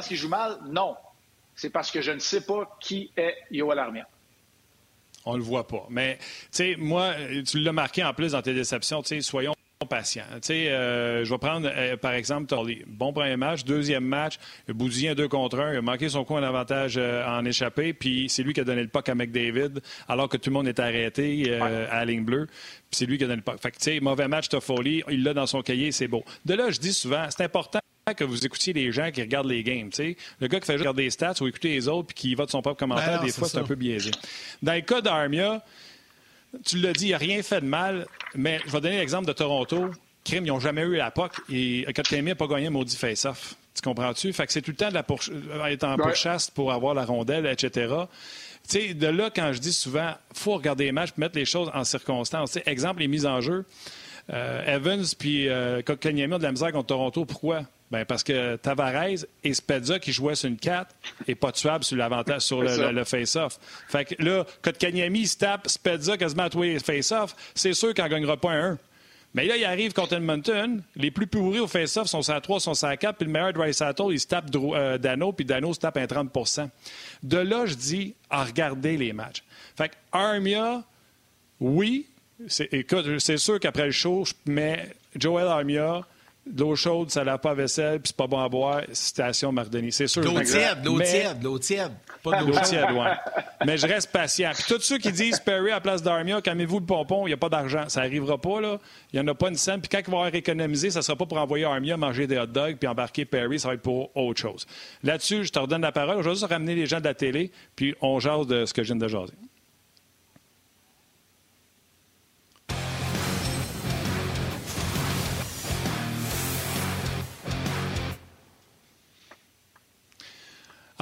Non. C'est parce que je ne sais pas qui est Joël Armia. On le voit pas. Mais, tu sais, moi, tu l'as marqué en plus dans tes déceptions, tu sais, soyons patients. Tu sais, je vais prendre, par exemple, Toffoli. Bon premier match. Deuxième match, Boudien 2 contre 1. Il a manqué son coup en avantage en échappé. Puis c'est lui qui a donné le puck à McDavid, alors que tout le monde était arrêté à la ligne bleue. Puis c'est lui qui a donné le puck. Fait que, tu sais, mauvais match Toffoli. Il l'a dans son cahier, c'est beau. De là, je dis souvent, c'est important que vous écoutiez les gens qui regardent les games. T'sais. Le gars qui fait juste regarder les stats ou écouter les autres puis qui va de son propre commentaire, des fois, c'est un peu biaisé. Dans le cas d'Armia, tu l'as dit, il n'a rien fait de mal, mais je vais donner l'exemple de Toronto. Crime, ils n'ont jamais eu la POC et Kotkaniemi n'a pas gagné un maudit face-off. Tu comprends-tu? Fait que c'est tout le temps de être en pourchasse pour avoir la rondelle, etc. Tu sais, de là, quand je dis souvent, il faut regarder les matchs et mettre les choses en circonstance. T'sais, exemple, les mises en jeu. Evans puis Kotkaniemi ont de la misère contre Toronto. Pourquoi? Ben parce que Tavares et Spezza, qui jouaient sur une 4, n'est pas tuable sur l'avantage sur le face-off. Fait que là, Kotkaniemi se tape Spezza quasiment à tous les face-off. C'est sûr qu'il n'en gagnera pas un 1. Mais là, il arrive contre Edmonton. Les plus pourris au face-off sont sur la 3, sont sur la 4. Puis le meilleur Draisaitl, il se tape Dano, puis Dano se tape un 30 %. De là, je dis, à regarder les matchs. Fait que Armia, oui. Écoute, c'est sûr qu'après le show, je mets Joël Armia, de l'eau chaude, ça lave pas la vaisselle, puis c'est pas bon à boire. Citation Marc-Denis. C'est sûr. L'eau tiède. Pas de l'eau tiède, ouais. Mais je reste patient. Puis tous ceux qui disent Perry à la place d'Armia, calmez-vous le pompon, il n'y a pas d'argent. Ça n'arrivera pas, là. Il n'y en a pas une scène. Puis quand il va avoir économisé, ça ne sera pas pour envoyer Armia manger des hot dogs puis embarquer Perry, ça va être pour autre chose. Là-dessus, je te redonne la parole. Je vais juste ramener les gens de la télé, puis on jase de ce que je viens de jaser.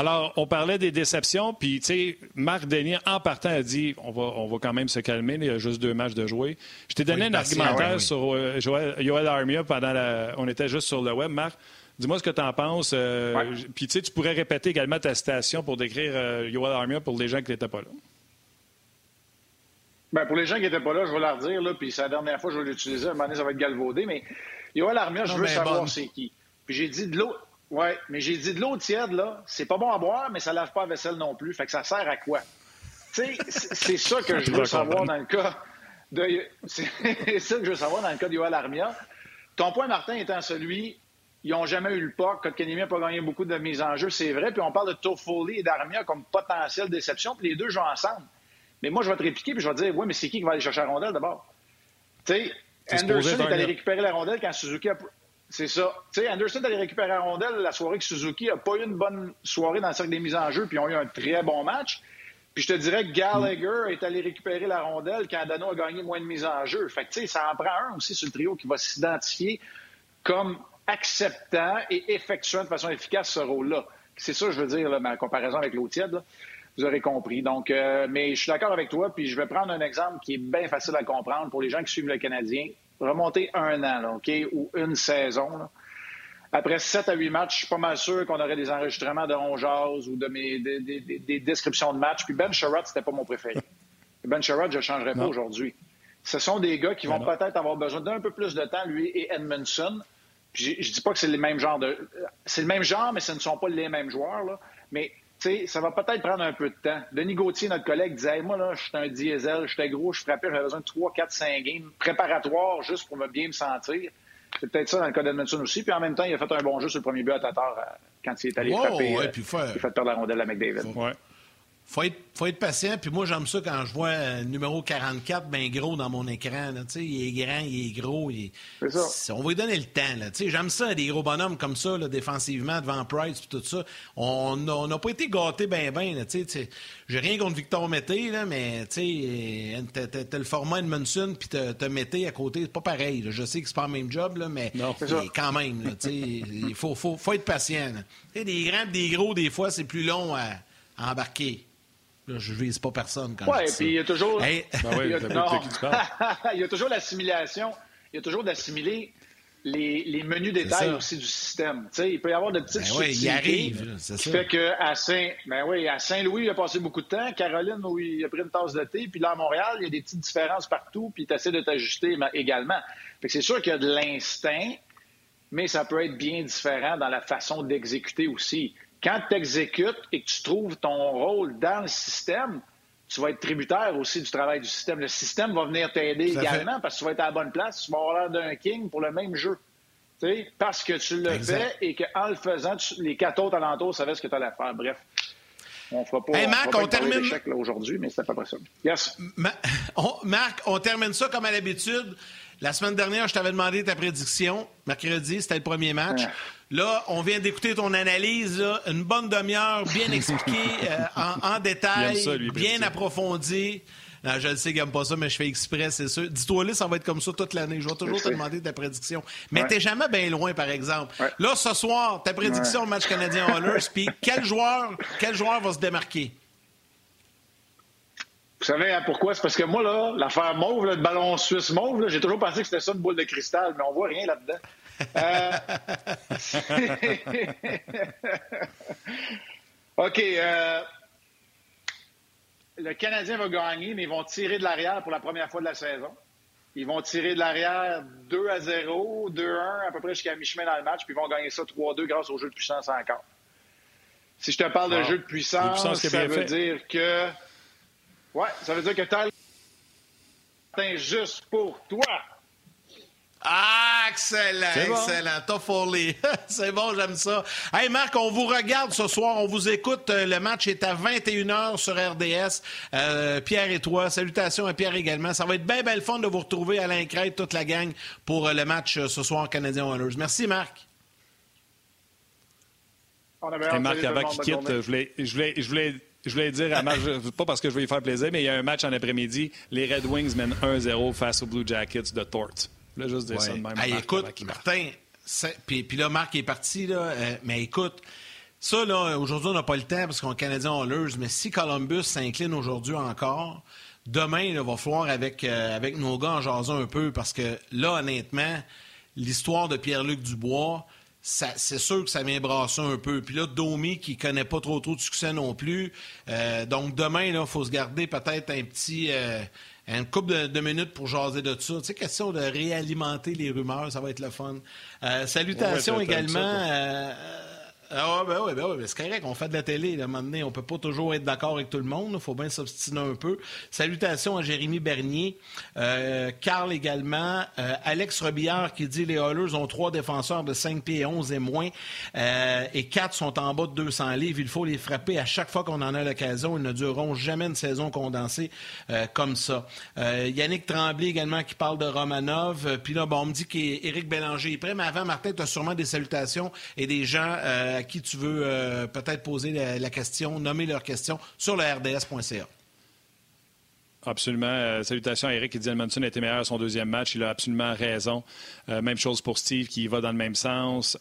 Alors, on parlait des déceptions, puis, tu sais, Marc Denis, en partant, a dit on va quand même se calmer, il y a juste 2 matchs de jouer. Je t'ai donné un argumentaire sur Yoel Armia on était juste sur le web, Marc. Dis-moi ce que tu en penses. Puis, tu sais, tu pourrais répéter également ta citation pour décrire Yoel Armia pour les gens qui n'étaient pas là. Bien, pour les gens qui n'étaient pas là, je vais leur dire, là, puis c'est la dernière fois que je vais l'utiliser, à un moment donné, ça va être galvaudé, mais Yoel Armia, je veux savoir c'est qui. Puis j'ai dit de l'eau. Oui, mais j'ai dit de l'eau tiède, là, c'est pas bon à boire, mais ça lave pas la vaisselle non plus. Fait que ça sert à quoi? Tu sais, c'est ça que je veux savoir dans le cas de... C'est ça que je veux savoir dans le cas de Yoel Armia. Ton point, Martin, étant celui, ils n'ont jamais eu le puck. Kotkaniemi n'a pas gagné beaucoup de mises en jeu, c'est vrai. Puis on parle de Toffoli et d'Armia comme potentielle déception, puis les deux jouent ensemble. Mais moi, je vais te répliquer, puis je vais te dire, oui, mais c'est qui va aller chercher la rondelle d'abord? Tu sais, Anderson est allé récupérer la rondelle quand Suzuki a... C'est ça. Tu sais, Anderson est allé récupérer la rondelle la soirée que Suzuki n'a pas eu une bonne soirée dans le cercle des mises en jeu, puis ils ont eu un très bon match. Puis je te dirais que Gallagher est allé récupérer la rondelle quand Dano a gagné moins de mises en jeu. Fait que, tu sais, ça en prend un aussi sur le trio qui va s'identifier comme acceptant et effectuant de façon efficace ce rôle-là. C'est ça, je veux dire, là, ma comparaison avec l'eau tiède, là. Vous aurez compris. Donc, mais je suis d'accord avec toi, puis je vais prendre un exemple qui est bien facile à comprendre pour les gens qui suivent le Canadien. Remonter 1 an, là, OK, ou une saison. Là. Après 7 à 8 matchs, je suis pas mal sûr qu'on aurait des enregistrements de On Jase ou des descriptions de matchs. Puis Ben Sherratt, c'était pas mon préféré. Ben Sherratt, je ne changerais pas aujourd'hui. Ce sont des gars qui vont peut-être avoir besoin d'un peu plus de temps, lui et Edmundson. Puis je dis pas que c'est le même genre c'est le même genre, mais ce ne sont pas les mêmes joueurs, là. Mais tu sais, ça va peut-être prendre un peu de temps. Denis Gauthier, notre collègue, disait hey, moi, là, je suis un diesel, j'étais gros, je frappais, j'avais besoin de 3, 4, 5 games préparatoires juste pour bien me sentir. C'est peut-être ça dans le cas d'Edmundson aussi. Puis en même temps, il a fait un bon jeu sur le premier but à Tatar quand il est allé frapper. Il a fait perdre la rondelle à McDavid. Ouais. Faut être patient. Puis moi, j'aime ça quand je vois numéro 44 bien gros dans mon écran. Là. Il est grand, il est gros. C'est ça. On va lui donner le temps. Là. J'aime ça, des gros bonhommes comme ça, là, défensivement, devant Price et tout ça. On n'a pas été gâtés bien. J'ai rien contre Victor Mété, là, mais t'as le format Edmundson puis t'as Mété à côté. C'est pas pareil. Là. Je sais que c'est pas le même job, là, mais quand même, il faut être patient. Des grands et des gros, des fois, c'est plus long à embarquer. Là, je vise pas personne quand je dis ça. Puis il y a toujours... Hey. Il y a toujours l'assimilation. Il y a toujours d'assimiler les menus détails aussi du système. T'sais, il peut y avoir de petites subtilités. Il arrive, là, c'est qui ça. fait qu'à Saint-Louis, il a passé beaucoup de temps. Caroline, où il a pris une tasse de thé. Puis là, à Montréal, il y a des petites différences partout. Puis tu essaies de t'ajuster également. Fait que c'est sûr qu'il y a de l'instinct, mais ça peut être bien différent dans la façon d'exécuter aussi. Quand tu exécutes et que tu trouves ton rôle dans le système, tu vas être tributaire aussi du travail du système. Le système va venir t'aider également parce que tu vas être à la bonne place. Tu vas avoir l'air d'un king pour le même jeu. T'sais, parce que tu le fais et qu'en le faisant, les 4 autres alentours savaient ce que tu allais faire. Bref, on ne fera pas, Marc, on termine d'échec aujourd'hui, mais c'est à peu près ça. Yes. Marc, on termine ça comme à l'habitude. La semaine dernière, je t'avais demandé ta prédiction. Mercredi, c'était le premier match. Là, on vient d'écouter ton analyse, là, une bonne demi-heure, bien expliquée, en détail, ça, lui, bien approfondie. Non, je le sais qu'il n'aime pas ça, mais je fais exprès, c'est sûr. Dis-toi, là, ça va être comme ça toute l'année. Je vais toujours te demander ta prédiction. Mais t'es jamais bien loin, par exemple. Ouais. Là, ce soir, ta prédiction au match canadien-Oilers, puis quel joueur va se démarquer? Vous savez hein, pourquoi? C'est parce que moi, là, l'affaire mauve, là, le ballon suisse mauve, là, j'ai toujours pensé que c'était ça, une boule de cristal, mais on voit rien là-dedans. OK. Le Canadien va gagner, mais ils vont tirer de l'arrière pour la première fois de la saison. Ils vont tirer de l'arrière 2-0, 2-1, à peu près jusqu'à mi-chemin dans le match, puis ils vont gagner ça 3-2 grâce au jeu de puissance encore. Si je te parle de jeu de puissance, ça veut dire que... Ouais, ça veut dire que Tyler juste pour toi. Ah, excellent, excellent. Toffoli. C'est bon, j'aime ça. Hey, Marc, on vous regarde ce soir. On vous écoute. Le match est à 21h sur RDS. Pierre et toi. Salutations à Pierre également. Ça va être bien, bien le fun de vous retrouver à l'Incrête, toute la gang, pour le match ce soir Canadien-Oilers. Merci, Marc. Et Marc, avant qu'il quitte, je voulais dire à Marc, pas parce que je vais lui faire plaisir, mais il y a un match en après-midi. Les Red Wings mènent 1-0 face aux Blue Jackets de Thort. Je voulais juste dire ça de même. Hey, écoute, Martin, puis là, Marc est parti, là, mais écoute, Ça, là, aujourd'hui, on n'a pas le temps parce qu'on est Canadien Oilers, mais si Columbus s'incline aujourd'hui encore, demain, il va falloir avec nos gars en jaser un peu parce que là, honnêtement, l'histoire de Pierre-Luc Dubois, c'est sûr que ça vient brasser un peu. Puis là, Domi qui connaît pas trop de succès non plus. Donc demain, il faut se garder peut-être une couple de minutes pour jaser de ça. Tu sais, question de réalimenter les rumeurs, ça va être le fun. Salutations également... oui, c'est correct, on fait de la télé. Là, à un moment donné, on peut pas toujours être d'accord avec tout le monde. Il faut bien s'obstiner un peu. Salutations à Jérémy Bernier. Carl également. Alex Robillard qui dit les Oilers ont 3 défenseurs de 5 pieds 11 et moins. Et 4 sont en bas de 200 livres. Il faut les frapper à chaque fois qu'on en a l'occasion. Ils ne dureront jamais une saison condensée comme ça. Yannick Tremblay également qui parle de Romanov. Puis là, on me dit qu'Éric Bélanger est prêt. Mais avant, Martin, tu as sûrement des salutations et des gens... à qui tu veux peut-être poser la question, nommer leur question sur le RDS.ca. Absolument. Salutations à Eric qui dit Edmondson a été meilleur à son deuxième match. Il a absolument raison. Même chose pour Steve qui va dans le même sens.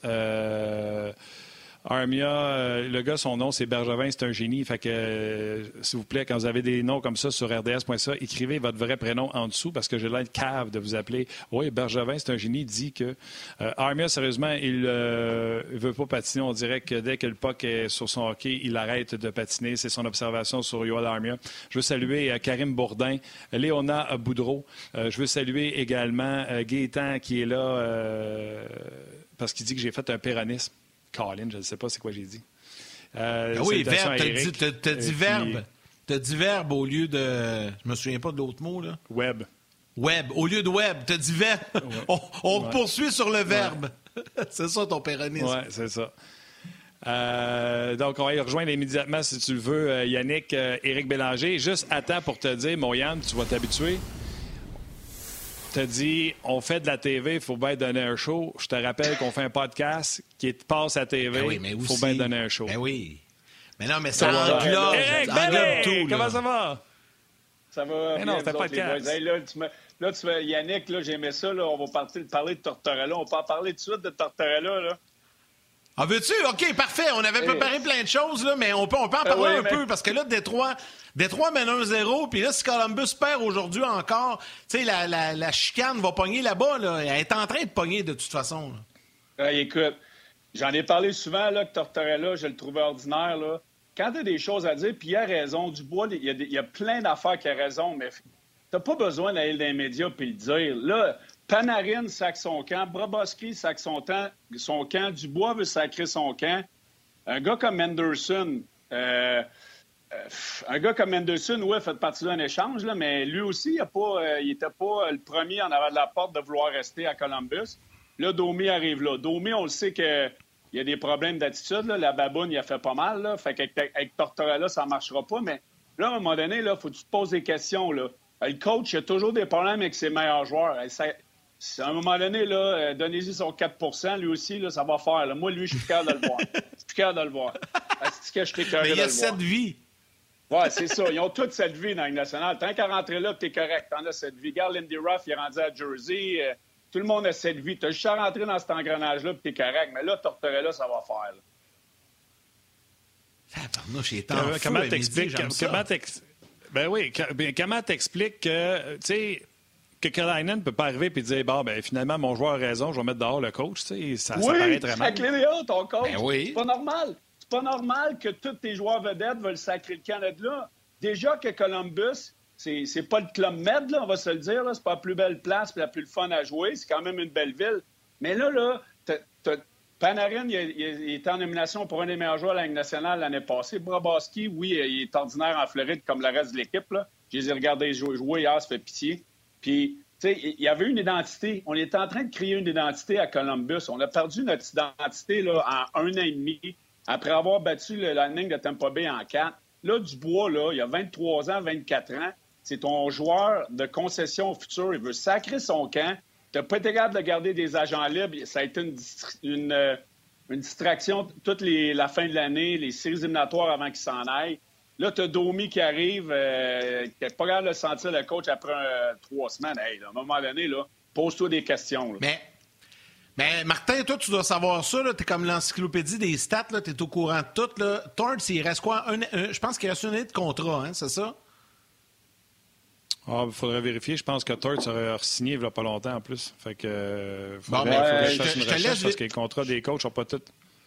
Armia, le gars, son nom, c'est Bergevin, c'est un génie. Fait que, s'il vous plaît, quand vous avez des noms comme ça sur rds.ca, écrivez votre vrai prénom en dessous parce que j'ai l'air cave de vous appeler. Oui, Bergevin, c'est un génie, dit que Armia, sérieusement, il veut pas patiner. On dirait que dès que le puck est sur son hockey, il arrête de patiner. C'est son observation sur Yoel Armia. Je veux saluer Karim Bourdin, Léona Boudreau. Je veux saluer également Gaétan qui est là parce qu'il dit que j'ai fait un péronisme. Colin, je ne sais pas c'est quoi j'ai dit. Oui, verbe, t'as dit verbe. T'as dit verbe au lieu de... Je me souviens pas de l'autre mot, là. Web. Web. Au lieu de web, t'as dit verbe. Ouais. On poursuit sur le verbe. Ouais. C'est ça ton péronisme. Oui, c'est ça. Donc, on va y rejoindre immédiatement, si tu le veux, Yannick, Éric Bélanger. Juste attends pour te dire, mon Yann, tu vas t'habituer. T'as dit, on fait de la TV, il faut bien donner un show. Je te rappelle qu'on fait un podcast qui passe à TV, il faut bien donner un show. Ben oui. Mais non, mais ça englobe tout. Comment ça va? Ça va. Mais non, c'est un podcast. Hey, là, tu fais Yannick, là, j'aimais ça. Là, on va parler de Tortorella. On peut en parler tout de suite de Tortorella. Là. Ah, veux-tu? OK, parfait. On avait préparé plein de choses, là, mais on peut en parler un peu parce que là, Détroit mène 1-0, puis là, si Columbus perd aujourd'hui encore, tu sais, la chicane va pogner là-bas. Là. Elle est en train de pogner de toute façon. Écoute, j'en ai parlé souvent là, que Tortorella, je le trouvais ordinaire. Là. Quand tu as des choses à dire, puis il a raison, Dubois, il y a plein d'affaires qui a raison, mais t'as pas besoin d'aller dans les médias puis le dire. Là, Panarin sac son camp, Bobrovsky sac son camp, Dubois veut sacrer son camp. Un gars comme Henderson, ouais, fait partie d'un échange, là, mais lui aussi, il n'était pas le premier en avant de la porte de vouloir rester à Columbus. Là, Domi arrive là. Domi, on le sait qu'il y a des problèmes d'attitude. Là. La baboune, il a fait pas mal. Là. Fait qu'avec Tortorella, ça ne marchera pas. Mais là, à un moment donné, il faut que tu te poses des questions. Là. Le coach, il a toujours des problèmes avec ses meilleurs joueurs. À un moment donné, là, donnez-y son 4 lui aussi, là, ça va faire. Là. Moi, lui, je suis fier de le voir. Mais il y a cette vie. Oui, c'est ça. Ils ont toute cette vie dans la Ligue nationale. Tant qu'à rentrer là, t'es correct. T'en as cette vie. Regarde, Lindy Ruff, il est rendu à Jersey. Tout le monde a cette vie. T'as juste à rentrer dans cet engrenage-là, puis t'es correct. Mais là, Tortorella, ça va faire. Comment t'expliques... comment t'expliques que, tu sais... que Kalainen ne peut pas arriver et dire finalement, mon joueur a raison, je vais mettre dehors le coach. Ça paraît très mal. Oui, c'est la ton coach. Ben oui. C'est pas normal. C'est pas normal que tous tes joueurs vedettes veulent sacrer le Canada. Déjà que Columbus, c'est pas le Club Med, là, on va se le dire. Là. C'est pas la plus belle place et la plus fun à jouer. C'est quand même une belle ville. Mais là, Panarin, il est en nomination pour un des meilleurs joueurs de la Ligue nationale l'année passée. Bobrovsky, oui, il est ordinaire en Floride comme le reste de l'équipe. Là. Je les ai regardés jouer hier, ça fait pitié. Puis, tu sais, il y avait une identité. On était en train de créer une identité à Columbus. On a perdu notre identité là, en 1 an et demi après avoir battu le Lightning de Tampa Bay en 4. Là, Dubois, là, il a 23 ans, 24 ans. C'est ton joueur de concession future. Il veut sacrer son camp. Tu n'as pas été capable de garder des agents libres. Ça a été une distraction toute la fin de l'année, les séries éliminatoires avant qu'il s'en aille. Là, tu as Domi qui arrive, qui n'est pas capable de sentir le coach après 3 semaines. Hey, là, à un moment donné, là, pose-toi des questions. Là. Mais Martin, toi, tu dois savoir ça. Tu es comme l'encyclopédie des stats. Tu es au courant de tout. Torts, il reste quoi? Je pense qu'il reste une année de contrat, hein, c'est ça? Il faudrait vérifier. Je pense que Torts aurait signé il n'y a pas longtemps en plus. Fait que je te laisse parce que les contrats des coachs n'ont pas tout.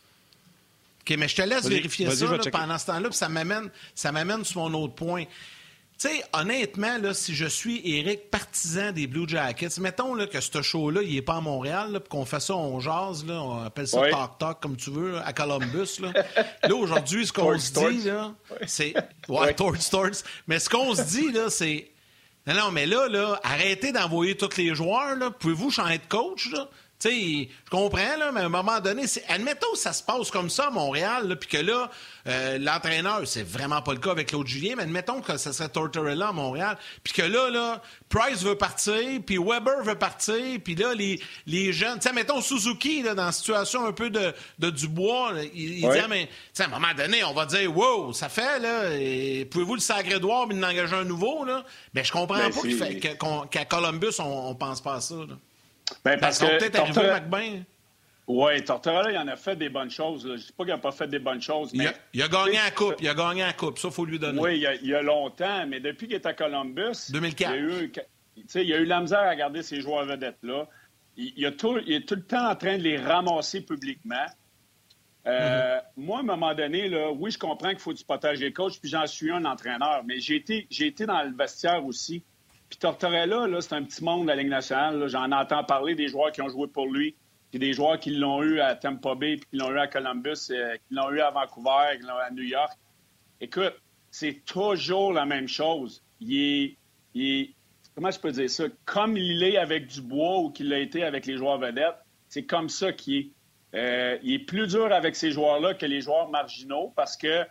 OK, mais je te laisse vérifier ça pendant ce temps-là, puis ça m'amène sur mon autre point. Tu sais, honnêtement, là, si je suis Éric, partisan des Blue Jackets, mettons là, que ce show-là, il n'est pas à Montréal, là, puis qu'on fait ça, on jase, là, on appelle ça talk comme tu veux, à Columbus. Là aujourd'hui, ce qu'on se dit, là, c'est... Ouais, Torts. Mais ce qu'on se dit, là, c'est... Non, mais là, arrêtez d'envoyer tous les joueurs, là. Pouvez-vous changer de coach, là? Tu sais, je comprends, là, mais à un moment donné, admettons que ça se passe comme ça à Montréal, puis que là, l'entraîneur, c'est vraiment pas le cas avec Claude Julien, mais admettons que ça serait Tortorella à Montréal, puis que là, Price veut partir, puis Weber veut partir, puis là, les jeunes, tu sais, mettons Suzuki, là, dans la situation un peu de Dubois, là, il dit, mais, tu sais, à un moment donné, on va dire, wow, ça fait, là, et pouvez-vous le sacrer d'Ouard, mais d'engager un nouveau, là? Ben, je comprends pas qu'à Columbus, on pense pas à ça, là. Ben, parce que peut-être arrivé McBain. Oui, Tortorella, il en a fait des bonnes choses. Là. Je ne dis pas qu'il n'a pas fait des bonnes choses. Mais il a gagné la coupe. Il a gagné la coupe. Ça, il faut lui donner. Oui, il y a longtemps. Mais depuis qu'il est à Columbus, 2004. Il a eu la misère à garder ses joueurs vedettes-là. Il est tout le temps en train de les ramasser publiquement. Moi, à un moment donné, là, oui, je comprends qu'il faut du potage des coachs, puis j'en suis un entraîneur. Mais j'ai été dans le vestiaire aussi. Puis Tortorella, là, c'est un petit monde de la Ligue nationale. Là. J'en entends parler des joueurs qui ont joué pour lui, puis des joueurs qui l'ont eu à Tampa Bay, puis qui l'ont eu à Columbus, qui l'ont eu à Vancouver, qui l'ont eu à New York. Écoute, c'est toujours la même chose. Il est comment je peux dire ça? Comme il est avec Dubois ou qu'il l'a été avec les joueurs vedettes, c'est comme ça qu'il est. Il est plus dur avec ces joueurs-là que les joueurs marginaux parce que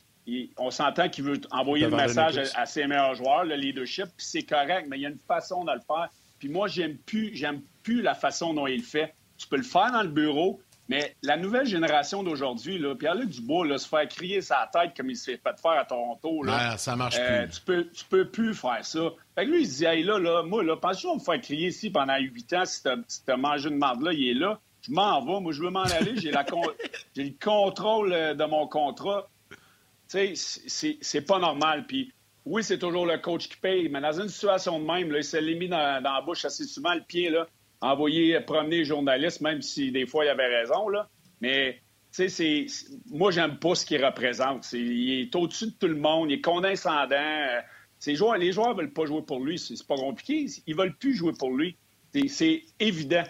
on s'entend qu'il veut envoyer le message à ses meilleurs joueurs, le leadership, puis c'est correct, mais il y a une façon de le faire. Puis moi, j'aime plus la façon dont il le fait. Tu peux le faire dans le bureau, mais la nouvelle génération d'aujourd'hui, là, Pierre-Luc Dubois, là, se faire crier sa tête comme il s'est fait faire à Toronto, là, ça marche plus. Tu peux plus faire ça. Fait que lui, il se dit, hey, là, moi, là, pense-tu qu'on va me faire crier ici pendant 8 ans si t'as mangé une marde là, il est là. Je m'en vais, moi, je veux m'en aller, j'ai le contrôle de mon contrat. Tu sais, c'est pas normal. Puis oui, c'est toujours le coach qui paye, mais dans une situation de même, là, il s'est mis dans la bouche assez souvent le pied, là, envoyer promener les journalistes, même si des fois il avait raison. Là. Mais tu sais, moi, j'aime pas ce qu'il représente. Il est au-dessus de tout le monde, il est condescendant. Les joueurs veulent pas jouer pour lui, c'est pas compliqué. Ils veulent plus jouer pour lui. C'est évident.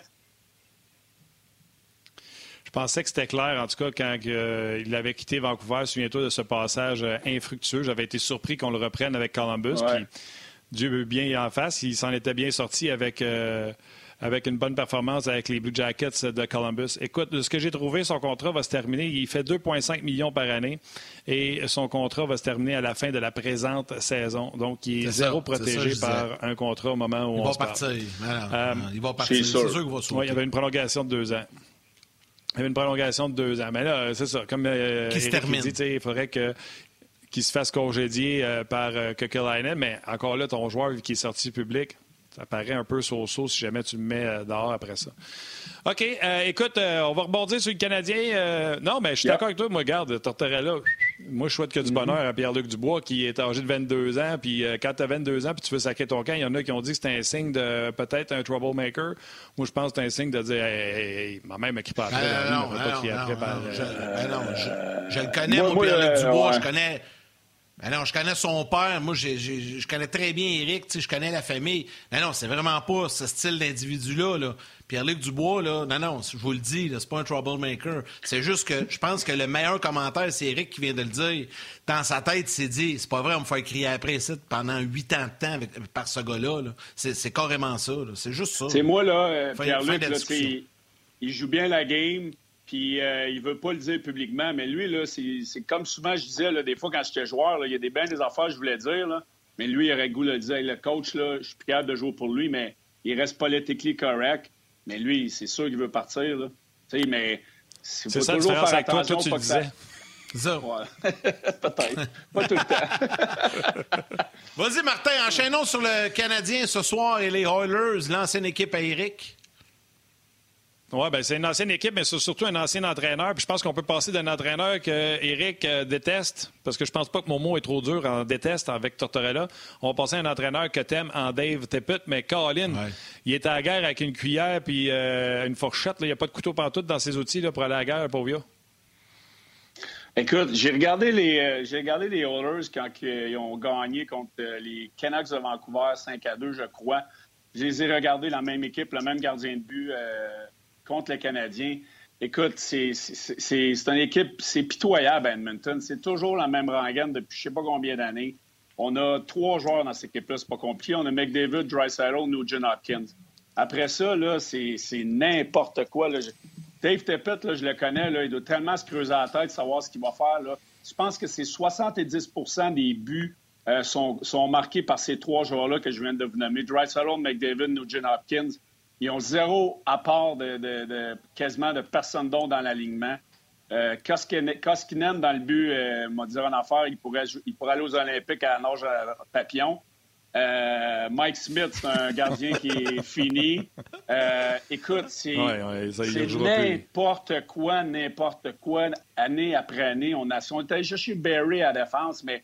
Je pensais que c'était clair, en tout cas, quand il avait quitté Vancouver. Souviens-toi de ce passage infructueux. J'avais été surpris qu'on le reprenne avec Columbus. Ouais. Puis, Dieu bien en face. Il s'en était bien sorti avec une bonne performance avec les Blue Jackets de Columbus. Écoute, de ce que j'ai trouvé, son contrat va se terminer. Il fait 2,5 millions par année et son contrat va se terminer à la fin de la présente saison. Donc, il est zéro protégé par un contrat au moment où on se parle. Il va partir. C'est sûr qu'il va sauter. Oui, il y avait une prolongation de 2 ans. Il y avait une prolongation de 2 ans. Mais là, c'est ça. Comme qui se termine. Dit, il faudrait qu'il se fasse congédier par Kekalainen. Mais encore là, ton joueur qui est sorti public, ça paraît un peu so-so si jamais tu le mets dehors après ça. OK. Écoute, on va rebondir sur le Canadien. Non, mais je suis d'accord avec toi. Moi, regarde, Tortorella, moi, je souhaite que du bonheur à Pierre-Luc Dubois, qui est âgé de 22 ans. Puis quand tu as 22 ans puis tu veux sacrer ton camp, il y en a qui ont dit que c'était un signe de peut-être un troublemaker. Moi, je pense que c'est un signe de dire hey, ma mère m'a crié après. Je le connais, moi, Pierre-Luc Dubois. Je connais... non, je connais son père. Moi, je connais très bien Éric. Je connais la famille. Non, c'est vraiment pas ce style d'individu-là. Là. Pierre-Luc Dubois, là, non, je vous le dis, là, c'est pas un troublemaker. C'est juste que je pense que le meilleur commentaire, c'est Éric qui vient de le dire. Dans sa tête, il s'est dit, c'est pas vrai, on me faire crier après ici pendant 8 ans de temps par ce gars-là. Là. C'est carrément ça. Là. C'est juste ça. C'est moi, là, Pierre-Luc, il joue bien la game. Puis il veut pas le dire publiquement, mais lui, là, c'est comme souvent je disais, là, des fois quand j'étais joueur, il y a des affaires que je voulais dire, là, mais lui, il aurait le goût de le dire. Hey, le coach, là, je suis plus capable de jouer pour lui, mais il reste politiquement correct. Mais lui, c'est sûr qu'il veut partir. Là. Mais c'est ça la différence avec toi, tu le disais. Ça. Ouais. Peut-être. Pas tout le temps. Vas-y, Martin, enchaînons sur le Canadien ce soir et les Oilers, l'ancienne équipe à Éric. Oui, bien, c'est une ancienne équipe, mais c'est surtout un ancien entraîneur. Puis je pense qu'on peut passer d'un entraîneur que Éric déteste, parce que je pense pas que mon mot est trop dur en déteste avec Tortorella. On va passer à un entraîneur que t'aimes en Dave Tippett, mais Colin, il est à la guerre avec une cuillère puis une fourchette. Il n'y a pas de couteau pantoute dans ses outils là, pour aller à la guerre, pauvre vieux. Écoute, j'ai regardé les Oilers quand ils ont gagné contre les Canucks de Vancouver 5-2, je crois. Je les ai regardés, la même équipe, le même gardien de but contre les Canadiens. Écoute, c'est une équipe, c'est pitoyable à Edmonton. C'est toujours la même rengaine depuis je ne sais pas combien d'années. On a 3 joueurs dans cette équipe-là, c'est pas compliqué. On a McDavid, Draisaitl, Nugent Hopkins. Après ça, là, c'est n'importe quoi. Là. Dave Tippett, là, je le connais, là, il doit tellement se creuser la tête de savoir ce qu'il va faire. Là. Je pense que c'est 70 des buts sont marqués par ces 3 joueurs-là que je viens de vous nommer. Draisaitl, McDavid, Nugent Hopkins. Ils ont 0 apport quasiment de personne d'autre dans l'alignement. Koskinen, dans le but, m'a dit en affaire, il pourrait aller aux Olympiques à la nage papillon. Mike Smith, c'est un gardien qui est fini. Écoute, c'est n'importe quoi, année après année. On est allé chercher Barry à la défense, mais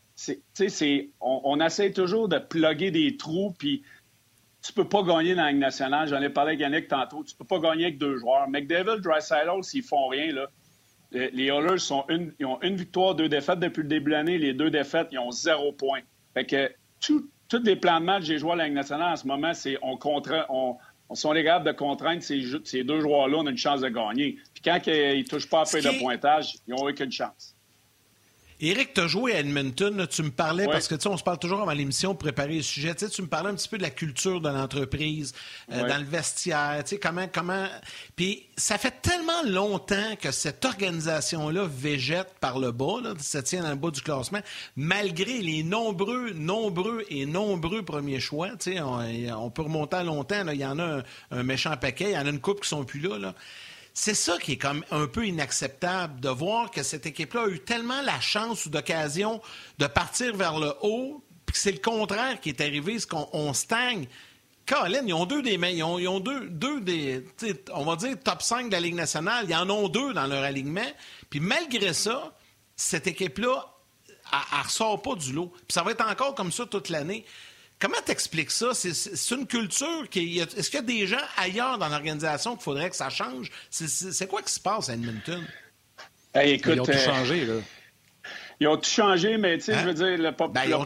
on essaie toujours de plugger des trous, puis tu peux pas gagner dans la Ligue nationale. J'en ai parlé avec Yannick tantôt. Tu peux pas gagner avec 2 joueurs. McDavid, Draisaitl, s'ils font rien, là, les Oilers ils ont 1 victoire, 2 défaites depuis le début de l'année. Les 2 défaites, ils ont 0 point. Fait que tous les plans de match que j'ai joués à la Ligue nationale en ce moment, c'est on sont les capables de contraindre ces 2 joueurs-là, on a une chance de gagner. Puis quand ils ne touchent pas à peu de pointage, ils n'ont aucune chance. Éric, tu as joué à Edmonton. Là, tu me parlais, parce que on se parle toujours avant l'émission pour préparer le sujet. Tu me parlais un petit peu de la culture de l'entreprise, dans le vestiaire. Comment. Puis ça fait tellement longtemps que cette organisation-là végète par le bas, là, ça tient dans le bas du classement, malgré les nombreux premiers choix. On peut remonter à longtemps. Il y en a un méchant paquet. Il y en a une couple qui sont plus là. C'est ça qui est comme un peu inacceptable, de voir que cette équipe-là a eu tellement la chance ou d'occasion de partir vers le haut, puis que c'est le contraire qui est arrivé, c'est qu'on stagne. Colin, ils ont ils ont deux des, on va dire, top 5 de la Ligue nationale. Ils en ont 2 dans leur alignement. Puis malgré ça, cette équipe-là, elle ressort pas du lot. Puis ça va être encore comme ça toute l'année. Comment t'expliques ça? C'est une culture est-ce qu'il y a des gens ailleurs dans l'organisation qu'il faudrait que ça change? C'est quoi qui se passe à Edmonton? Hey, écoute, ils ont tout changé, là. Ils ont tout changé, mais tu sais, je veux dire, le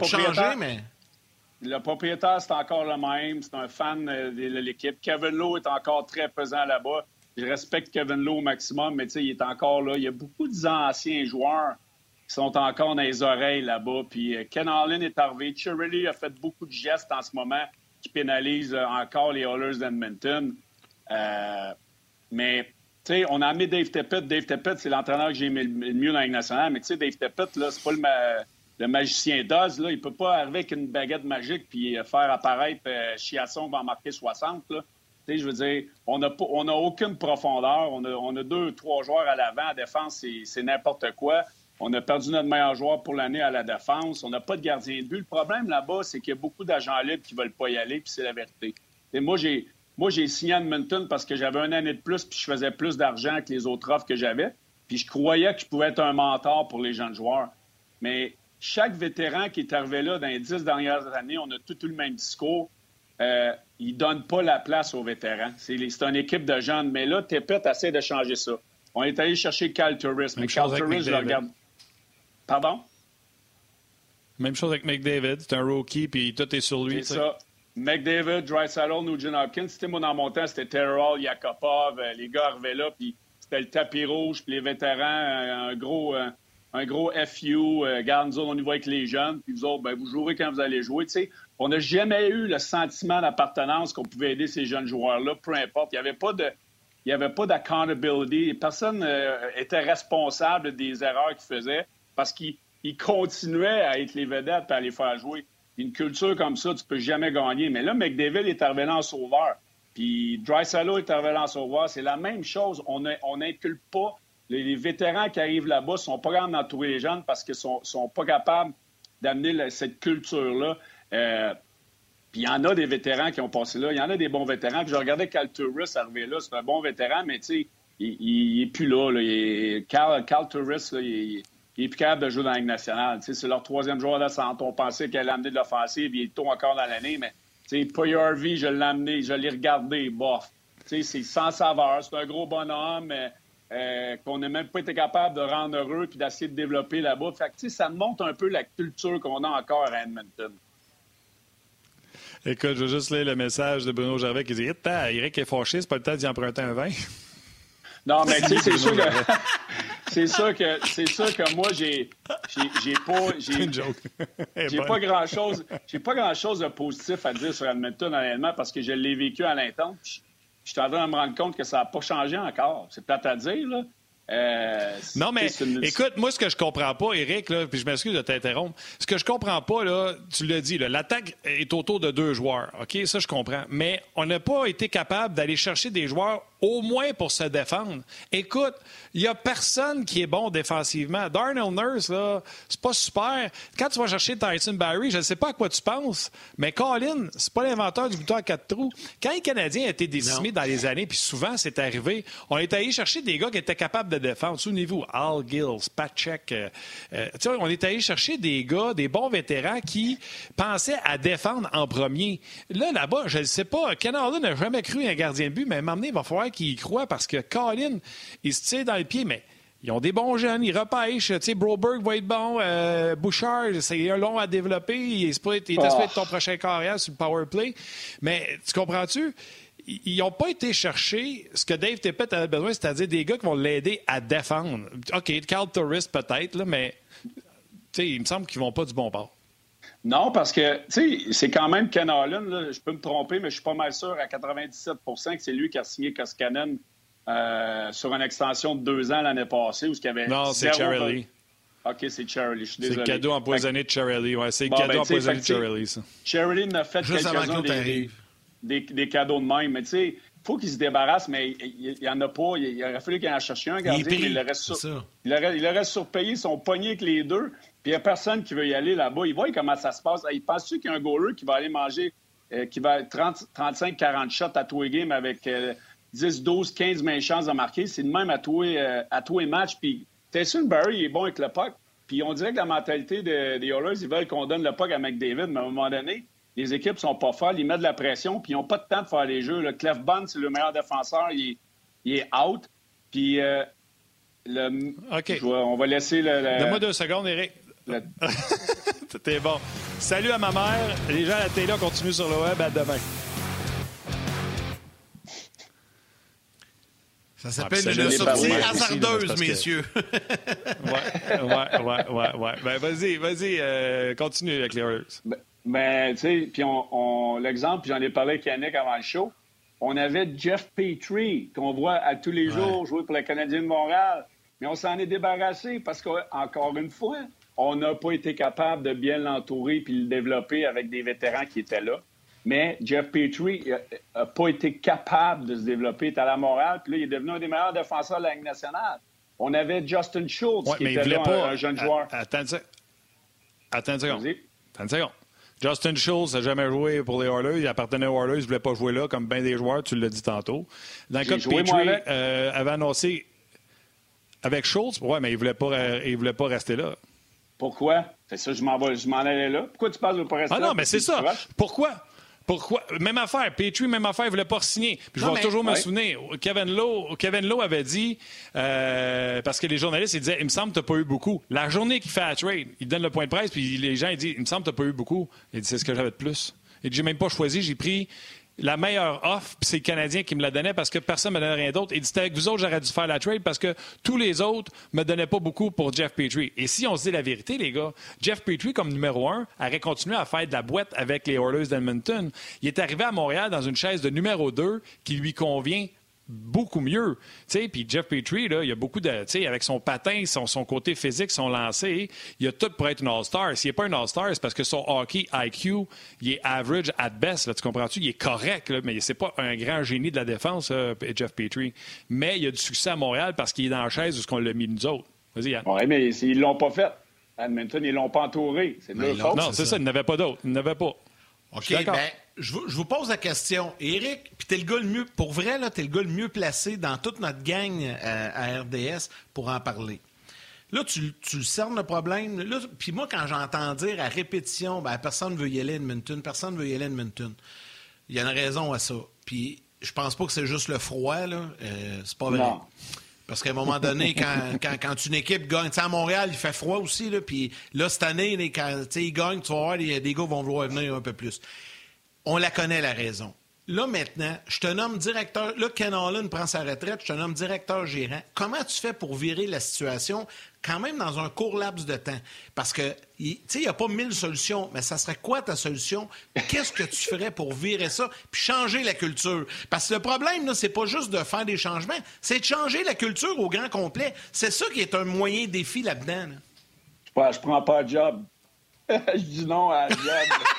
propriétaire, c'est encore le même. C'est un fan de l'équipe. Kevin Lowe est encore très pesant là-bas. Je respecte Kevin Lowe au maximum, mais tu sais, il est encore là. Il y a beaucoup d'anciens joueurs qui sont encore dans les oreilles là-bas. Puis Ken Holland est arrivé. Chiarelli a fait beaucoup de gestes en ce moment qui pénalisent encore les Oilers d'Edmonton. Mais, tu sais, on a amené Dave Tippett. Dave Tippett, c'est l'entraîneur que j'ai aimé le mieux dans la Ligue nationale. Mais, tu sais, Dave Tippett, là, c'est pas le magicien d'Oz. Là. Il peut pas arriver avec une baguette magique puis faire apparaître Chiasson va en marquer 60. Là. Tu sais, je veux dire, on n'a aucune profondeur. On a 2-3 joueurs à l'avant. À défense, c'est n'importe quoi. On a perdu notre meilleur joueur pour l'année à la défense. On n'a pas de gardien de but. Le problème là-bas, c'est qu'il y a beaucoup d'agents libres qui ne veulent pas y aller, puis c'est la vérité. Et moi, j'ai signé à Edmonton parce que j'avais 1 année de plus, puis je faisais plus d'argent que les autres offres que j'avais. Puis je croyais que je pouvais être un mentor pour les jeunes joueurs. Mais chaque vétéran qui est arrivé là dans les 10 dernières années, on a tout eu le même discours. Ils ne donnent pas la place aux vétérans. C'est une équipe de jeunes. Mais là, Tippett essaie de changer ça. On est allé chercher Kyle Turris. Mais Kyle Turris, je le regarde. Pardon? Même chose avec McDavid. C'est un rookie, puis tout est sur lui. C'est ça. McDavid, Draisaitl, Nugent Hopkins. C'était moi dans mon temps, c'était Taylor Hall, Yakupov. Les gars arrivaient là, puis c'était le tapis rouge, puis les vétérans, un gros FU. Garde-nous, on y va avec les jeunes, puis vous autres, ben, vous jouerez quand vous allez jouer. T'sais, on n'a jamais eu le sentiment d'appartenance qu'on pouvait aider ces jeunes joueurs-là, peu importe. Il n'y avait pas d'accountability. Personne était responsable des erreurs qu'ils faisaient. Parce qu'ils continuaient à être les vedettes et à les faire jouer. Une culture comme ça, tu peux jamais gagner. Mais là, McDavid est arrivé là en sauveur. Puis Draisaitl est arrivé là en sauveur. C'est la même chose. On n'inculpe pas. Les vétérans qui arrivent là-bas ne sont pas capables d'entourer les jeunes parce qu'ils ne sont pas capables d'amener cette culture-là. Puis il y en a des vétérans qui ont passé là. Il y en a des bons vétérans. Puis je regardais Kyle Turris arriver là. C'est un bon vétéran, mais tu sais, il est plus là. Kyle Turris, là, il est plus capable de jouer dans la Ligue nationale. Tu sais, c'est leur 3e joueur de centre. On pensait qu'elle allait amener de l'offensive. Il est tôt encore dans l'année, mais tu sais, Puyarvi, je l'ai amené, je l'ai regardé, bof. Tu sais, c'est sans saveur. C'est un gros bonhomme qu'on n'a même pas été capable de rendre heureux puis d'essayer de développer là-bas. Fait que, tu sais, ça montre un peu la culture qu'on a encore à Edmonton. Écoute, je veux juste lire le message de Bruno Gervais qui dit « Eric est fâché, c'est pas le temps d'y emprunter un vin. » Non, mais tu sais, c'est sûr que... c'est sûr que moi, j'ai pas grand-chose de positif à dire sur Edmonton, honnêtement, parce que je l'ai vécu à l'intérieur. Je suis en train de me rendre compte que ça n'a pas changé encore. C'est plate à dire, là. Non, mais écoute, moi, ce que je comprends pas, Éric, là, puis je m'excuse de t'interrompre, ce que je comprends pas, là, tu l'as dit, là, l'attaque est autour de 2 joueurs. OK, ça, je comprends. Mais on n'a pas été capable d'aller chercher des joueurs au moins pour se défendre. Écoute, il n'y a personne qui est bon défensivement. Darnell Nurse, là, c'est pas super. Quand tu vas chercher Tyson Barrie, je ne sais pas à quoi tu penses, mais Colin, c'est pas l'inventeur du bouton à 4 trous. Quand les Canadiens ont été décimés dans les années, puis souvent c'est arrivé, on est allé chercher des gars qui étaient capables de défendre. Souvenez-vous, Al Gills, Patchek. On est allé chercher des gars, des bons vétérans qui pensaient à défendre en premier. Là-bas, je ne sais pas, Ken Holland n'a jamais cru à un gardien de but, mais à un moment donné, il va falloir qu'il y croit parce que Colin, il se tire dans le pied, mais ils ont des bons jeunes, ils repêchent. Tu sais, Broberg va être bon, Bouchard, c'est un long à développer, il est supposé être ton prochain carrière sur le power play. Mais tu comprends-tu? Ils n'ont pas été chercher ce que Dave Tippett avait besoin, c'est-à-dire des gars qui vont l'aider à défendre. OK, Carl Torres peut-être, là, mais il me semble qu'ils ne vont pas du bon bord. Non, parce que, tu sais, c'est quand même Ken Holland, là, je peux me tromper, mais je suis pas mal sûr à 97 que c'est lui qui a signé Koskinen sur une extension de 2 ans l'année passée. Non, c'est Charlie. OK, c'est Charlie, je suis désolé. C'est le cadeau empoisonné de Charlie. Ouais, c'est le cadeau empoisonné de Charlie, ça. Charlie n'a fait quelques-uns des cadeaux de même, mais tu sais, il faut qu'il se débarrasse, mais il n'y en a pas. Il aurait fallu qu'il en cherche un gardien, mais il aurait surpayé son poignet avec les deux. Puis il n'y a personne qui veut y aller là-bas. Il voit comment ça se passe. Il pense-tu qu'il y a un goaler qui va aller manger, qui va 35-40 shots à tous les games avec 10, 12, 15 mains chances de marquer? C'est de même à tous les matchs. Puis Tyson Barrie, il est bon avec le puck. Puis on dirait que la mentalité des Oilers, ils veulent qu'on donne le puck à McDavid, mais à un moment donné, les équipes sont pas folles, ils mettent de la pression, puis ils n'ont pas de temps de faire les jeux. Le Clef Bond, c'est le meilleur défenseur, il est out. Puis on va laisser le... Donne-moi 2 secondes, Éric. C'était bon. Salut à ma mère. Les gens à la télé, on continue sur le web. À demain. Ça s'appelle une sortie hasardeuse, messieurs. Ouais. Ben, vas-y, continue avec les Oilers. Ben, tu sais, puis l'exemple, puis j'en ai parlé avec Yannick avant le show, on avait Jeff Petrie, qu'on voit à tous les jours jouer pour le Canadien de Montréal, mais on s'en est débarrassé parce qu'encore une fois, on n'a pas été capable de bien l'entourer puis le développer avec des vétérans qui étaient là. Mais Jeff Petrie n'a pas été capable de se développer. Il est allé à Montréal, puis là, il est devenu un des meilleurs défenseurs de la Ligue nationale. On avait Justin Schultz, qui était là, un jeune joueur. Attends une seconde. Justin Schultz n'a jamais joué pour les Oilers. Il appartenait aux Oilers. Il ne voulait pas jouer là, comme bien des joueurs, tu l'as dit tantôt. Dans le cas de Petrie, avait annoncé avec Schultz, mais il ne voulait pas rester là. Pourquoi? C'est ça, je m'en allais là. Pourquoi tu parles de ne pas rester là? Ah non, mais c'est ça. Pourquoi? Même affaire. Petrie, même affaire, il ne voulait pas signer. Puis je vais toujours me souvenir. Kevin Lowe avait dit, parce que les journalistes, ils disaient, il me semble que tu n'as pas eu beaucoup. La journée qu'il fait à trade, il donne le point de presse, puis les gens, ils disent, il me semble que tu n'as pas eu beaucoup. Il dit, c'est ce que j'avais de plus. Il dit, j'ai même pas choisi, j'ai pris la meilleure offre, puis c'est le Canadien qui me la donnait parce que personne ne me donnait rien d'autre. Il dit, c'était avec vous autres, j'aurais dû faire la trade parce que tous les autres ne me donnaient pas beaucoup pour Jeff Petrie. Et si on se dit la vérité, les gars, Jeff Petrie, comme numéro 1, aurait continué à faire de la boîte avec les Oilers d'Edmonton. Il est arrivé à Montréal dans une chaise de numéro 2 qui lui convient beaucoup mieux. Puis Jeff Petrie, là, il y a beaucoup de... Avec son patin, son côté physique, son lancer, il a tout pour être un All-Star. S'il n'est pas un All-Star, c'est parce que son hockey IQ, il est average at best. Là, tu comprends-tu? Il est correct, là, mais c'est pas un grand génie de la défense, Jeff Petrie. Mais il a du succès à Montréal parce qu'il est dans la chaise où on l'a mis nous autres. Vas-y, Yann. Oui, mais ils l'ont pas fait. À Edmonton, ils l'ont pas entouré. C'est de leur faute. Non, c'est ça. Il n'avait pas d'autres. Il n'avait pas. OK, je vous pose la question. Éric, puis t'es le gars le mieux, pour vrai, là, t'es le gars le mieux placé dans toute notre gang à RDS pour en parler. Là, tu le cernes le problème. Là, puis moi, quand j'entends dire à répétition, personne ne veut y aller à Edmonton, personne ne veut y aller à Edmonton, il y a une raison à ça. Puis je pense pas que c'est juste le froid, là. C'est pas vrai. Non. Parce qu'à un moment donné, quand une équipe gagne, tu sais, à Montréal, il fait froid aussi, là, puis là, cette année, quand ils gagnent, tu vas voir, des gars vont vouloir venir un peu plus. On la connaît, la raison. Là, maintenant, je te nomme directeur. Là, Ken Holland prend sa retraite, je te nomme directeur-gérant. Comment tu fais pour virer la situation, quand même dans un court laps de temps? Parce que, tu sais, il n'y a pas 1000 solutions, mais ça serait quoi ta solution? Qu'est-ce que tu ferais pour virer ça puis changer la culture? Parce que le problème, là, c'est pas juste de faire des changements, c'est de changer la culture au grand complet. C'est ça qui est un moyen défi là-dedans. Là. Je prends pas de job. Je dis non à job.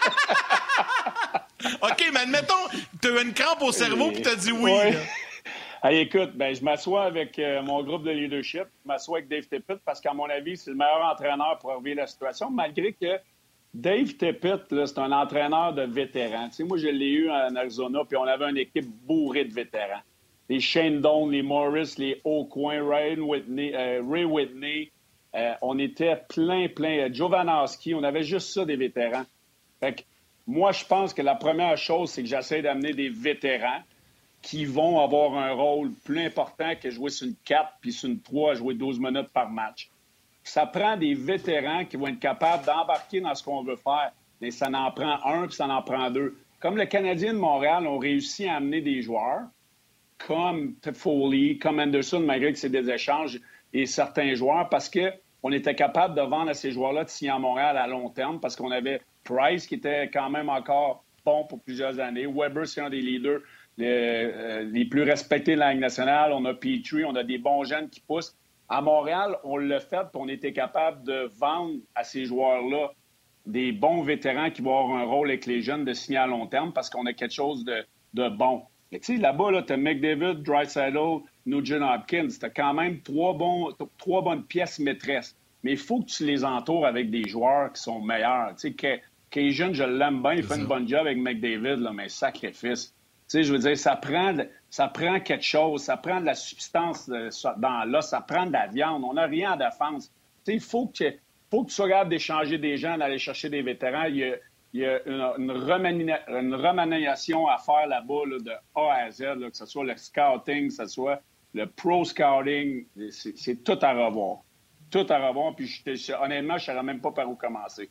OK, mais admettons, tu as une crampe au cerveau et tu as dit oui. Hey, écoute, je m'assois avec mon groupe de leadership, je m'assois avec Dave Tippett parce qu'à mon avis, c'est le meilleur entraîneur pour relever la situation, malgré que Dave Tippett, là, c'est un entraîneur de vétérans. Tu sais, moi, je l'ai eu en Arizona, puis on avait une équipe bourrée de vétérans. Les Shane Doan, les Morris, les Aucoin, Ray Whitney, on était plein. Jovanovski, on avait juste ça, des vétérans. Fait que moi, je pense que la première chose, c'est que j'essaie d'amener des vétérans qui vont avoir un rôle plus important que jouer sur une 4 puis sur une 3 à jouer 12 minutes par match. Ça prend des vétérans qui vont être capables d'embarquer dans ce qu'on veut faire. Mais ça en prend un puis ça en prend deux. Comme le Canadien de Montréal ont réussi à amener des joueurs comme Foley, comme Anderson, malgré que c'est des échanges, et certains joueurs, parce qu'on était capable de vendre à ces joueurs-là de signer à Montréal à long terme parce qu'on avait Price qui était quand même encore bon pour plusieurs années. Weber, c'est un des leaders les plus respectés de la Ligue nationale. On a Petrie, on a des bons jeunes qui poussent. À Montréal, on l'a fait puis on était capable de vendre à ces joueurs-là des bons vétérans qui vont avoir un rôle avec les jeunes de signer à long terme parce qu'on a quelque chose de bon. Tu sais, là-bas, là, tu as McDavid, Draisaitl, Nugent Hopkins. Tu as quand même trois bonnes pièces maîtresses. Mais il faut que tu les entoures avec des joueurs qui sont meilleurs. Tu sais, Cajun, je l'aime bien, il fait une bonne job avec McDavid, là, mais sacrifice. Tu sais, je veux dire, ça prend quelque chose, ça prend de la substance dans l'os, ça prend de la viande. On n'a rien en défense. Tu sais, il faut que tu sois capable d'échanger des gens, d'aller chercher des vétérans. Il y a une remaniation à faire là-bas là, de A à Z, là, que ce soit le scouting, que ce soit le pro-scouting. C'est tout à revoir. Tout à revoir. Puis honnêtement, je ne saurais même pas par où commencer.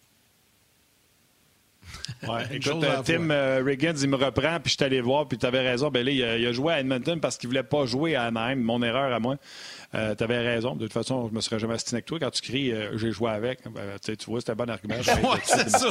Ouais, écoute, Tim Riggins, il me reprend, puis je suis allé voir, puis tu avais raison. Ben là, il a joué à Edmonton parce qu'il ne voulait pas jouer à Anaheim. Mon erreur à moi. Tu avais raison. De toute façon, je ne me serais jamais astiné avec toi. Quand tu cries « j'ai joué avec tu vois, c'était un bon argument. Ouais, c'est ça.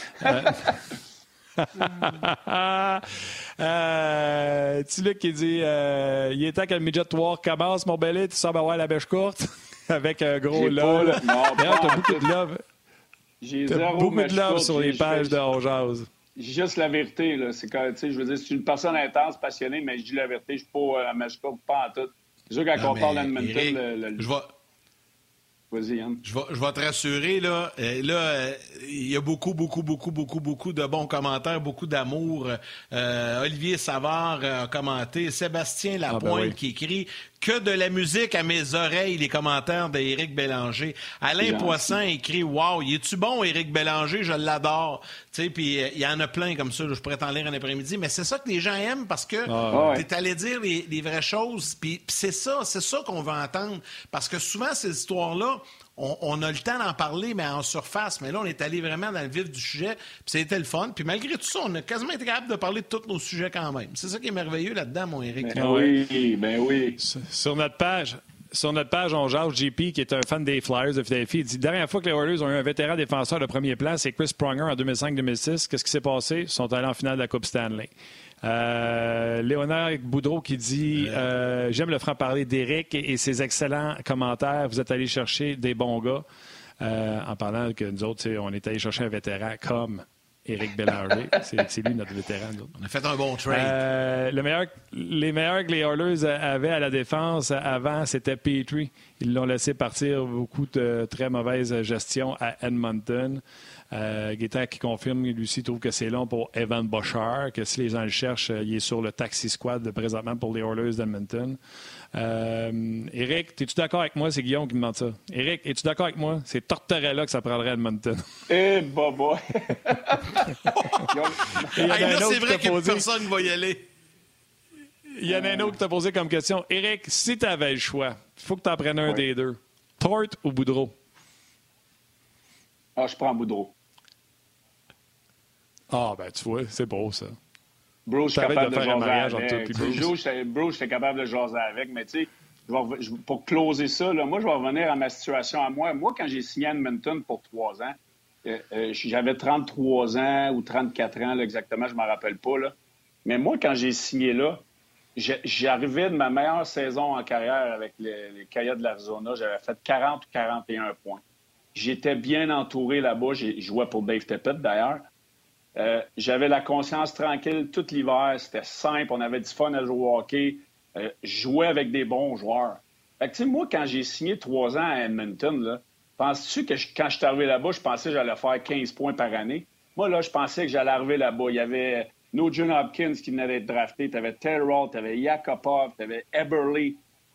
Luc qui dit il est temps que le midget War commence, mon belé. Tu sembles avoir la bêche courte avec un gros lol. D'ailleurs, tu as beaucoup de love. T'as beaucoup de love sur les pages de On Jase. Juste la vérité, là. C'est quand, je veux dire, c'est une personne intense, passionnée, mais je dis la vérité, je ne suis pas à Meshka, pas en tout. C'est sûr, quand on parle d'Edmonton, Vas-y, Yann. Je vais te rassurer, là. Il y a beaucoup de bons commentaires, beaucoup d'amour. Olivier Savard a commenté. Sébastien Lapointe qui écrit « Que de la musique à mes oreilles », les commentaires d'Éric Bélanger. Alain Poisson écrit « Wow, il est-tu bon, Éric Bélanger? Je l'adore. » Tu sais, puis il y en a plein comme ça. Je pourrais t'en lire un après-midi. Mais c'est ça que les gens aiment parce que t'es allé dire les vraies choses. Puis c'est ça qu'on veut entendre. Parce que souvent, ces histoires-là, on a le temps d'en parler, mais en surface. Mais là, on est allé vraiment dans le vif du sujet. Puis c'était le fun. Puis malgré tout ça, on a quasiment été capable de parler de tous nos sujets quand même. C'est ça qui est merveilleux là-dedans, mon Éric. Ben oui. Sur notre page, on jase JP, qui est un fan des Flyers de Philadelphie. Il dit « Dernière fois que les Oilers ont eu un vétéran défenseur de premier plan, c'est Chris Pronger en 2005-2006. Qu'est-ce qui s'est passé? Ils sont allés en finale de la Coupe Stanley. » Léonard Boudreau qui dit j'aime le franc-parler d'Éric et ses excellents commentaires. Vous êtes allé chercher des bons gars en parlant que nous autres, on est allé chercher un vétéran comme Éric Bélanger. C'est lui, notre vétéran. On a fait un bon trade. Les meilleurs que les Oilers avaient à la défense avant, c'était Petrie. Ils l'ont laissé partir, beaucoup de très mauvaise gestion à Edmonton. Gaétan qui confirme, lui aussi, trouve que c'est long pour Evan Bouchard, que si les gens le cherchent, il est sur le taxi squad présentement pour les Oilers d'Edmonton. Éric, es-tu d'accord avec moi? C'est Guillaume qui me demande ça. Éric, es-tu d'accord avec moi? C'est Tortorella que ça prendrait à Edmonton. Eh, boy! Là, c'est vrai qu'il n'y a personne qui va y aller. Il y en a un autre qui t'a posé comme question. Éric, si tu avais le choix, il faut que tu en prennes un des deux. Tort ou Boudreau? Ah, je prends Boudreau. Ah, ben tu vois, c'est beau, ça. Bro, je suis capable de jaser avec. Bro, j'étais capable de jaser avec, mais tu sais, pour closer ça, là, moi, je vais revenir à ma situation à moi. Moi, quand j'ai signé à Edmonton pour 3 ans, j'avais 33 ans ou 34 ans, là, exactement, je ne m'en rappelle pas. Là. Mais moi, quand j'ai signé là, j'arrivais de ma meilleure saison en carrière avec les Coyotes de l'Arizona. J'avais fait 40 ou 41 points. J'étais bien entouré là-bas. Je jouais pour Dave Tippett, d'ailleurs. J'avais la conscience tranquille tout l'hiver. C'était simple. On avait du fun à jouer au hockey. Je jouais avec des bons joueurs. Fait que, tu sais, moi, quand j'ai signé 3 ans à Edmonton, là, penses-tu que quand je suis arrivé là-bas, je pensais que j'allais faire 15 points par année? Moi, là, je pensais que j'allais arriver là-bas. Il y avait Nugent Hopkins qui venait d'être drafté. Tu avais Taylor, tu avais Yakupov, tu avais Eberle.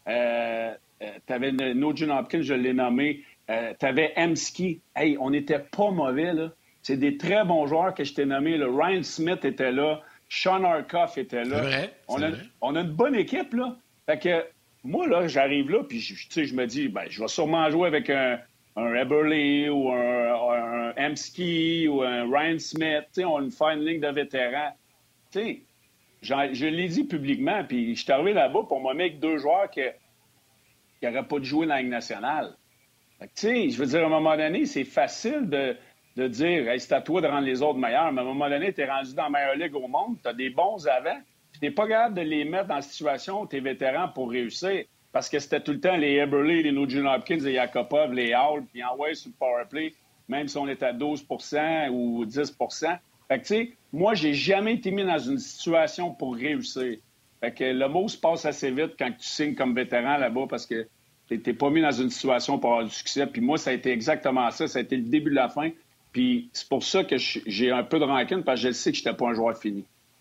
Tu avais Nugent Hopkins, je l'ai nommé. Tu avais Emski. Hey, on n'était pas mauvais, là. C'est des très bons joueurs que je t'ai nommés. Là. Ryan Smith était là. Sean Arkoff était là. C'est vrai. On a une bonne équipe, là. Fait que moi, là, j'arrive là, puis je me dis, ben, je vais sûrement jouer avec un Eberle ou un Emski ou un Ryan Smith. T'sais, on a une fine ligne de vétérans. T'sais, je l'ai dit publiquement, puis je suis arrivé là-bas pour moi avec 2 joueurs qui n'auraient pas de jouer dans la Ligue nationale. Fait que, t'sais, je veux dire, à un moment donné, c'est facile de dire hey, c'est à toi de rendre les autres meilleurs. Mais à un moment donné, tu es rendu dans la meilleure ligue au monde, tu as des bons avant, puis tu n'es pas capable de les mettre dans la situation où tes vétérans pour réussir. Parce que c'était tout le temps les Eberle, les Nugent Hopkins, les Yakupov, les Hall, puis envoyer sur le powerplay, même si on est à 12 ou 10 Fait que, tu sais, moi, j'ai jamais été mis dans une situation pour réussir. Fait que le mot se passe assez vite quand tu signes comme vétéran là-bas parce que tu n'es pas mis dans une situation pour avoir du succès. Puis moi, ça a été exactement ça. Ça a été le début de la fin. Puis c'est pour ça que j'ai un peu de rancune parce que je sais que je n'étais pas un joueur fini.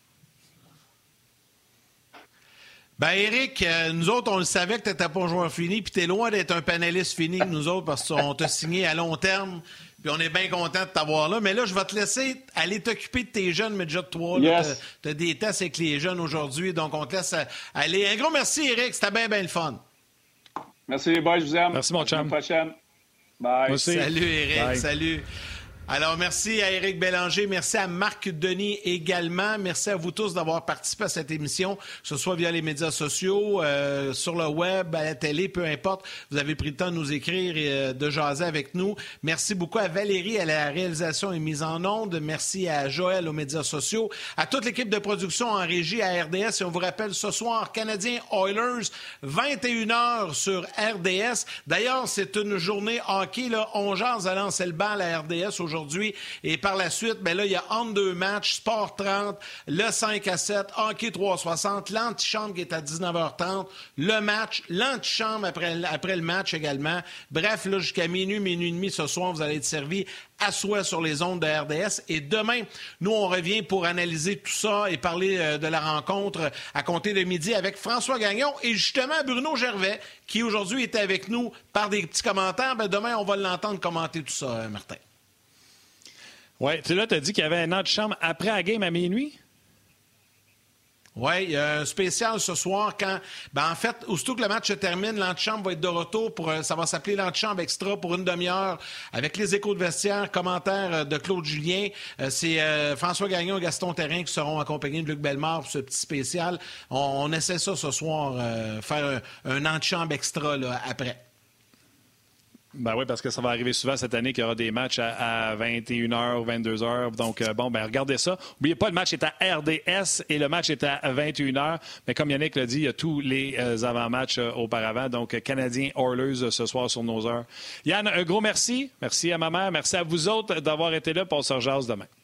Ben Éric, nous autres, on le savait que tu n'étais pas un joueur fini, puis tu es loin d'être un panéliste fini que nous autres parce qu'on t'a signé à long terme, puis on est bien content de t'avoir là. Mais là, je vais te laisser aller t'occuper de tes jeunes midget 3. Yes. Tu as des tests avec les jeunes aujourd'hui, donc on te laisse aller. Un gros merci, Éric. C'était bien, bien le fun. Merci les boys, je vous aime. Merci, mon chum. À la prochaine. Bye. Merci. Salut, Éric. Bye. Salut. Alors, merci à Éric Bélanger, merci à Marc Denis également. Merci à vous tous d'avoir participé à cette émission, que ce soit via les médias sociaux, sur le web, à la télé, peu importe. Vous avez pris le temps de nous écrire et de jaser avec nous. Merci beaucoup à Valérie à la réalisation et mise en onde. Merci à Joël aux médias sociaux. À toute l'équipe de production en régie à RDS. Et on vous rappelle, ce soir, Canadiens Oilers, 21h sur RDS. D'ailleurs, c'est une journée hockey, là. On jase à lancer le banc à la RDS aujourd'hui. Et par la suite, ben là, il y a entre 2 matchs, Sport 30, le 5-7, Hockey 360, l'antichambre qui est à 19h30, le match, l'antichambre après le match également. Bref, là, jusqu'à minuit et demi ce soir, vous allez être servis à souhait sur les ondes de RDS. Et demain, nous, on revient pour analyser tout ça et parler de la rencontre à compter de midi avec François Gagnon et justement Bruno Gervais, qui aujourd'hui était avec nous par des petits commentaires. Ben, demain, on va l'entendre commenter tout ça, Martin. Oui, tu as dit qu'il y avait un antichambre après la game à minuit? Oui, il y a un spécial ce soir quand... Ben en fait, aussitôt que le match se termine, l'antichambre va être de retour. Ça va s'appeler l'antichambre extra pour une demi-heure avec les échos de vestiaire, commentaires de Claude Julien. C'est François Gagnon et Gaston Therrien qui seront accompagnés de Luc Bellemare pour ce petit spécial. On essaie ça ce soir, faire un antichambre extra là, après. Ben oui, parce que ça va arriver souvent cette année qu'il y aura des matchs à 21h ou 22h. Donc, regardez ça. N'oubliez pas, le match est à RDS et le match est à 21h. Mais comme Yannick l'a dit, il y a tous les avant-matchs auparavant. Donc, Canadiens Oilers ce soir sur nos heures. Yann, un gros merci. Merci à ma mère. Merci à vous autres d'avoir été là. Puis on se rejase demain.